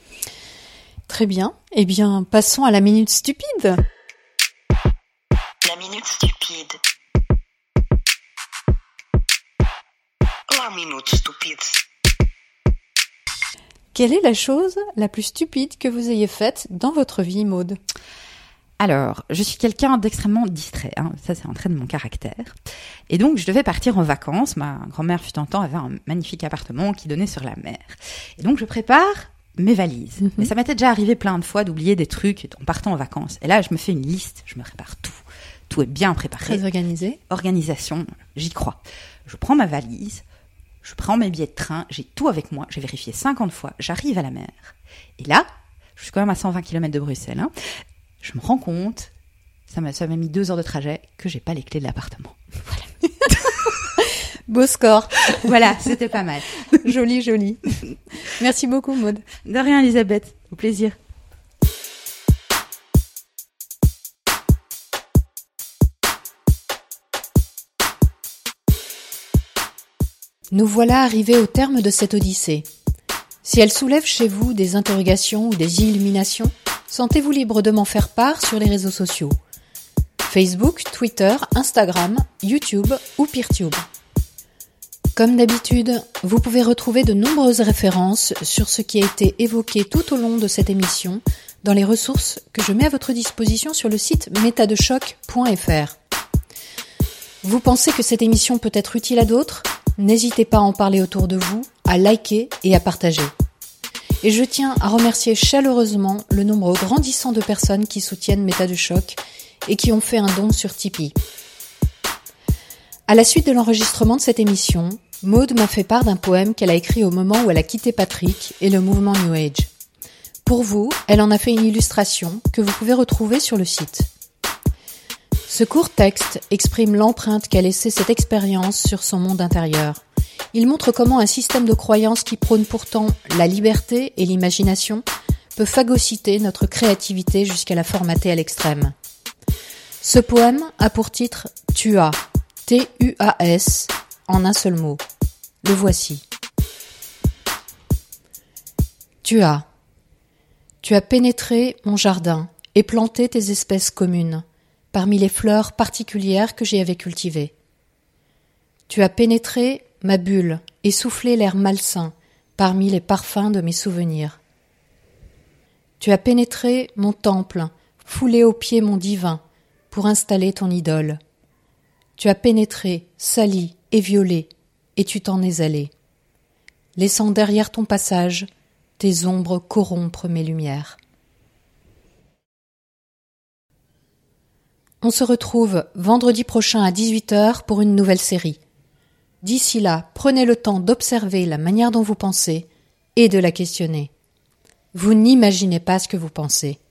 Très bien. Eh bien, passons à la minute stupide. La minute stupide. La minute stupide. Quelle est la chose la plus stupide que vous ayez faite dans votre vie, Maude ? Alors, je suis quelqu'un d'extrêmement distrait, hein. Ça c'est un trait de mon caractère. Et donc, je devais partir en vacances. Ma grand-mère, fut un temps, avait un magnifique appartement qui donnait sur la mer. Et donc, je prépare mes valises. Mm-hmm. Et ça m'était déjà arrivé plein de fois d'oublier des trucs en partant en vacances. Et là, je me fais une liste, je me prépare tout. Tout est bien préparé. Très organisé. Organisation, j'y crois. Je prends ma valise, je prends mes billets de train, j'ai tout avec moi, j'ai vérifié cinquante fois, j'arrive à la mer. Et là, je suis quand même à cent vingt kilomètres de Bruxelles, hein, je me rends compte, ça m'a, ça m'a mis deux heures de trajet, que j'ai pas les clés de l'appartement. Voilà. Beau score. Voilà, c'était pas mal. Joli, joli. Merci beaucoup, Maude. De rien, Elisabeth. Au plaisir. Nous voilà arrivés au terme de cette odyssée. Si elle soulève chez vous des interrogations ou des illuminations, sentez-vous libre de m'en faire part sur les réseaux sociaux. Facebook, Twitter, Instagram, YouTube ou Peertube. Comme d'habitude, vous pouvez retrouver de nombreuses références sur ce qui a été évoqué tout au long de cette émission dans les ressources que je mets à votre disposition sur le site méta de choc point f r. Vous pensez que cette émission peut être utile à d'autres ? n'hésitez pas à en parler autour de vous, à liker et à partager. Et je tiens à remercier chaleureusement le nombre grandissant de personnes qui soutiennent Méta de Choc et qui ont fait un don sur Tipeee. À la suite de l'enregistrement de cette émission, Maude m'a fait part d'un poème qu'elle a écrit au moment où elle a quitté Patrick et le mouvement New Age. Pour vous, elle en a fait une illustration que vous pouvez retrouver sur le site. Ce court texte exprime l'empreinte qu'a laissée cette expérience sur son monde intérieur. Il montre comment un système de croyances qui prône pourtant la liberté et l'imagination peut phagocyter notre créativité jusqu'à la formater à l'extrême. Ce poème a pour titre « Tu as », T U A S, en un seul mot. Le voici. Tu as. Tu as pénétré mon jardin et planté tes espèces communes parmi les fleurs particulières que j'y avais cultivées. Tu as pénétré ma bulle et soufflé l'air malsain parmi les parfums de mes souvenirs. Tu as pénétré mon temple, foulé aux pieds mon divin, pour installer ton idole. Tu as pénétré, sali et violé, et tu t'en es allé, laissant derrière ton passage tes ombres corrompre mes lumières. On se retrouve vendredi prochain à dix-huit heures pour une nouvelle série. D'ici là, prenez le temps d'observer la manière dont vous pensez et de la questionner. Vous n'imaginez pas ce que vous pensez.